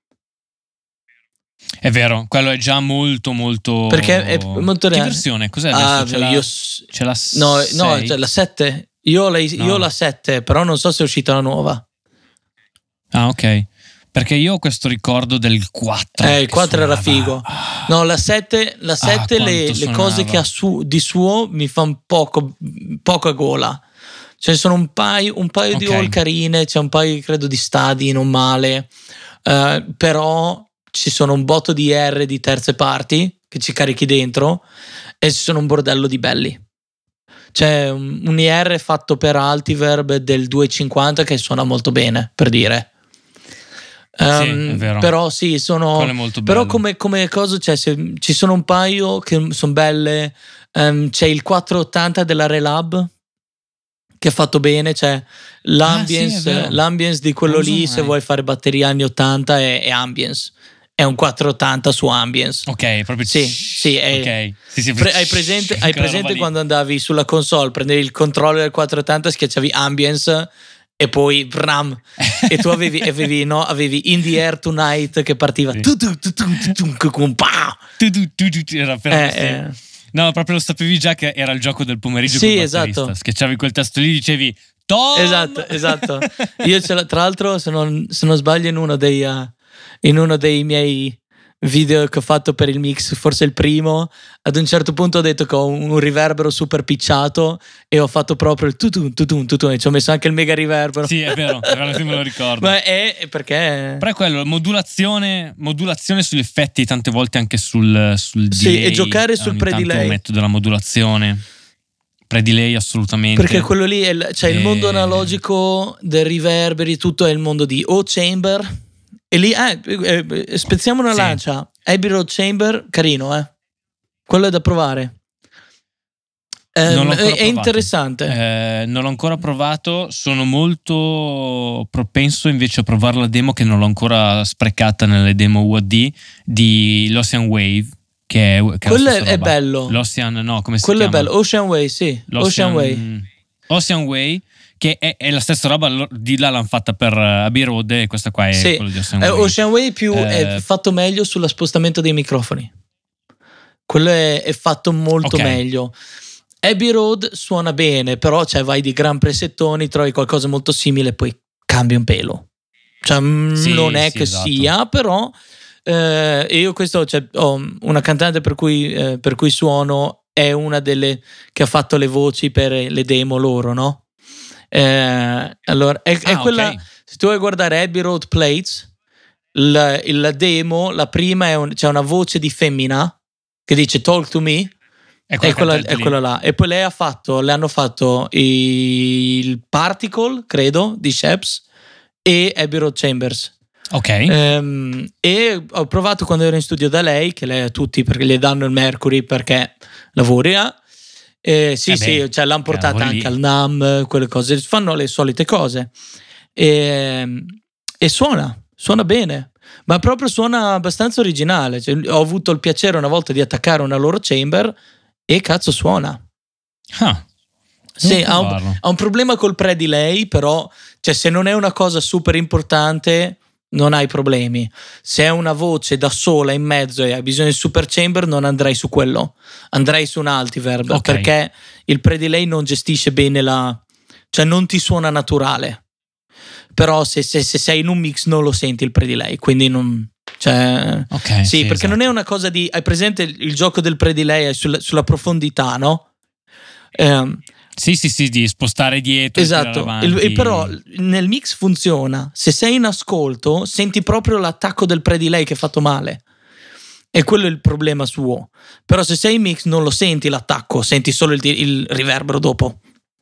È vero, quello è già molto perché è molto reale. Che versione? Cos'è adesso? C'è la 6? No, c'è la 7. Io ho la 7, però non so se è uscita la nuova. Ah, ok. Perché io ho questo ricordo del 4. Il 4 era figo. No, la 7 le cose che ha di suo mi fa un poco a gola. Ce ne sono un paio di all carine, c'è un paio credo di stadi non male, però ci sono un botto di R di terze parti che ci carichi dentro e ci sono un bordello di belli. C'è un IR fatto per Altiverb del 250 che suona molto bene, per dire. Sì, è vero. Però sì, sono. Però come cosa c'è? Ci sono un paio che sono belle. C'è il 480 della Relab che è fatto bene. C'è l'ambience di quello lì. Se vuoi fare batteria anni 80 è ambience. È un 480 su ambience. Ok, proprio sì. Okay. Sì, hai presente quando andavi sulla console, prendevi il controller del 480, schiacciavi ambience e poi bram, e tu avevi In the Air Tonight che partiva. No, proprio lo sapevi già che era il gioco del pomeriggio. Sì, esatto. Schiacciavi quel tasto lì, dicevi Tom! Esatto. Io tra l'altro, se non sbaglio, in uno dei miei video che ho fatto per il mix, forse il primo, ad un certo punto ho detto che ho un riverbero super pitchato e ho fatto proprio il tutun e ci ho messo anche il mega riverbero. Sì, è vero, sì, me lo ricordo. Ma è perché però è quello, modulazione sugli effetti, tante volte anche sul delay. Sì, e giocare sul pre-delay. Metto della modulazione. Pre-delay assolutamente. Perché quello lì c'è il mondo analogico del riverberi, tutto è il mondo di O-Chamber. E lì spezziamo una lancia. Abbey Road Chamber, carino, quello è da provare. È interessante. Non l'ho ancora provato. Sono molto propenso invece a provare la demo, che non l'ho ancora sprecata nelle demo UAD di l'Ocean Wave, che è quello è bello. L'Ocean, no, come si quello chiama? È bello. Ocean Way, sì. Ocean Way, che è la stessa roba. Di là l'hanno fatta per Abbey Road, e questa qua è quello di Ocean Way. Ocean Way più è fatto meglio sullo spostamento dei microfoni. Quello è fatto molto meglio. Abbey Road suona bene, però vai di gran presettoni, trovi qualcosa molto simile, poi cambia un pelo. Non è che esatto. sia, però io questo, ho una cantante per cui suono, è una delle che ha fatto le voci per le demo loro, no? Allora è quella. Se tu vuoi guardare Abbey Road Plates, la demo, la prima c'è una voce di femmina che dice Talk to Me. È quella là. E poi le hanno fatto il Particle, credo, di Sheps e Abbey Road Chambers. Ok. E ho provato quando ero in studio da lei, che lei a tutti perché le danno il Mercury perché lavora. L'hanno portata anche al NAMM, quelle cose, fanno le solite cose. E suona bene. Ma proprio suona abbastanza originale. Ho avuto il piacere una volta di attaccare una loro chamber e cazzo suona. Sì, ha un problema col pre-delay, però se non è una cosa super importante non hai problemi. Se è una voce da sola in mezzo e hai bisogno di super chamber, non andrei su quello, andrei su un Altiverb, perché il pre-delay non gestisce bene non ti suona naturale. Però se sei in un mix non lo senti il pre-delay, quindi non... perché esatto. Non è una cosa di... Hai presente il gioco del pre-delay sulla profondità, no? Sì, di spostare dietro. Esatto, però nel mix funziona. Se sei in ascolto senti proprio l'attacco del pre-delay che è fatto male. E quello è il problema suo. Però se sei in mix non lo senti l'attacco, senti solo il riverbero dopo.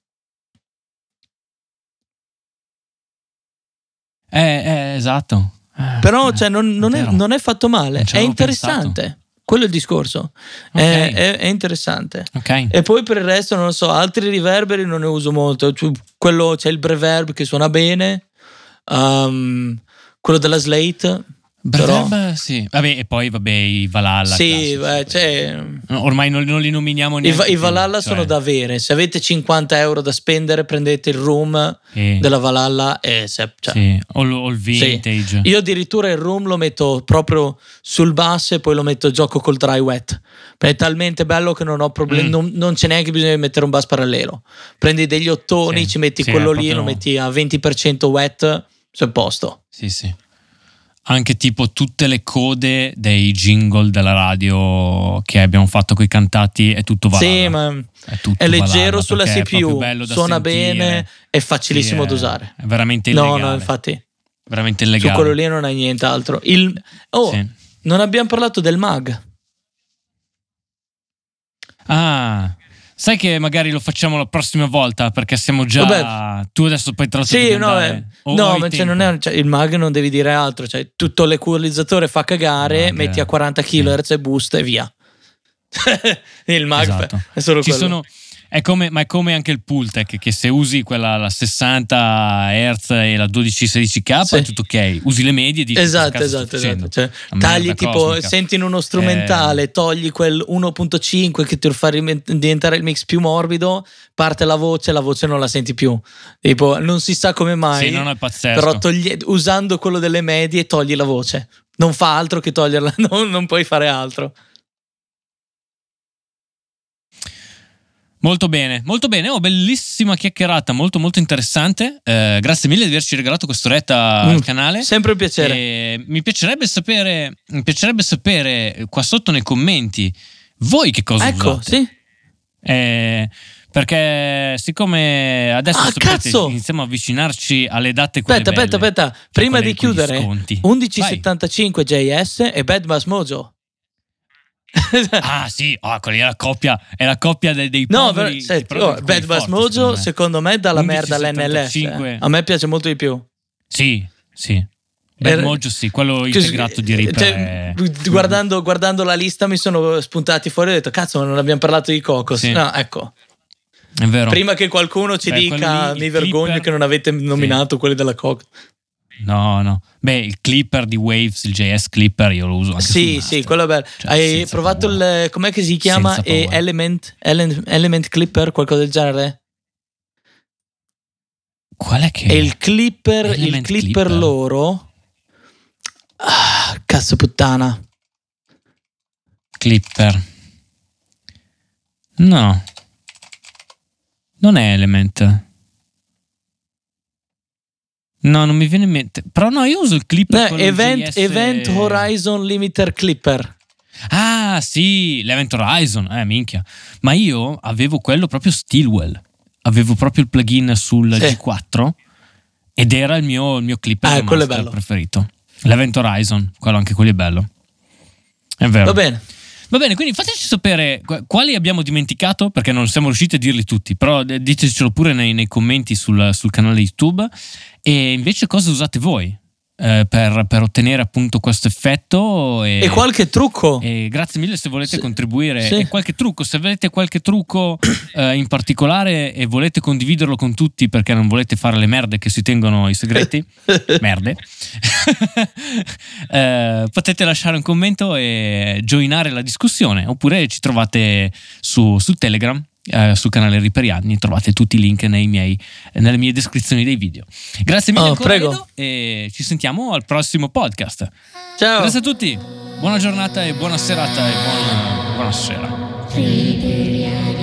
Esatto. Però non è fatto male, è interessante. Pensato. Quello è il discorso. È interessante. E poi per il resto non lo so, altri riverberi non ne uso molto. Quello, c'è il Breverb che suona bene, quello della Slate. Breverb, sì. E poi i Valhalla. Sì, ormai non li nominiamo neanche. I Valhalla sono da avere. Se avete 50 euro da spendere, prendete il room della Valhalla o il vintage. Sì. Io addirittura il room lo metto proprio sul basso e poi lo metto gioco col dry wet. Perché è talmente bello che non ho problemi. Non c'è neanche bisogno di mettere un bass parallelo. Prendi degli ottoni, ci metti quello lì, lo metti a 20% wet, sei a posto. Sì. Anche tipo tutte le code dei jingle della radio che abbiamo fatto coi cantati è tutto Valhalla. Sì, ma è leggero sulla CPU, suona bene, è facilissimo da usare. È veramente illegale. No, infatti. Veramente illegale. Su quello lì non hai nient'altro. Non abbiamo parlato del mag. Sai che magari lo facciamo la prossima volta perché siamo già... Vabbè. Tu adesso poi tra l'altro non è, il mag non devi dire altro, tutto l'equalizzatore fa cagare, metti a 40 kHz e boost e via. Il mag è solo quello. È come anche il Pultec, che se usi quella la 60 Hz e la 12-16K è tutto ok. Usi le medie e dici esatto. Tagli tipo cosmica. Senti in uno strumentale, togli quel 1.5 che ti fa diventare il mix più morbido, parte la voce non la senti più. Tipo, non si sa come mai. Sì, non è pazzesco. Però usando quello delle medie togli la voce. Non fa altro che toglierla, non puoi fare altro. Molto bene. Bellissima chiacchierata, molto molto interessante. Grazie mille di averci regalato quest'oretta al canale. Sempre un piacere. Mi piacerebbe sapere qua sotto nei commenti voi che cosa usate. Sì. Perché siccome adesso iniziamo a avvicinarci alle date quelle aspetta. Prima di chiudere, 1175 JS e Bad Bass Mojo. Ah sì, quella è la coppia dei No, poveri. Bad Bass Mojo secondo me dà la merda all'NLS. A me piace molto di più. Sì. Bad Mojo sì, quello integrato di Reaper. Guardando la lista mi sono spuntati fuori e ho detto cazzo, ma non abbiamo parlato di Cocos. Sì. No, ecco. È vero. Prima che qualcuno ci dica mi vergogno Clipper, che non avete nominato quelli della Cocos. No. Beh, il Clipper di Waves, il JS Clipper, io lo uso anche Sì, quello è bello. Hai provato il com'è che si chiama? Element Clipper, qualcosa del genere? Qual è che è? Il Clipper loro. Cazzo puttana. Clipper. No. Non è Element. No, non mi viene in mente. Però no, io uso il Clipper. Event Horizon Limiter Clipper. Ah, sì, l'Event Horizon. Minchia. Ma io avevo quello proprio Stillwell. Avevo proprio il plugin sul G4 ed era il mio Clipper master preferito. L'Event Horizon, anche quello è bello. È vero. Va bene, quindi fateci sapere quali abbiamo dimenticato, perché non siamo riusciti a dirli tutti, però ditecelo pure nei commenti sul canale YouTube. E invece cosa usate voi per ottenere appunto questo effetto e qualche trucco. E grazie mille se volete contribuire. E qualche trucco, se avete qualche trucco in particolare e volete condividerlo con tutti perché non volete fare le merde che si tengono i segreti, merde, potete lasciare un commento e joinare la discussione, oppure ci trovate su Telegram, sul canale Riperiani, trovate tutti i link nelle mie descrizioni dei video. Grazie mille ancora, Edo, e ci sentiamo al prossimo podcast. Ciao. Grazie a tutti, buona giornata e buona serata e buona sera.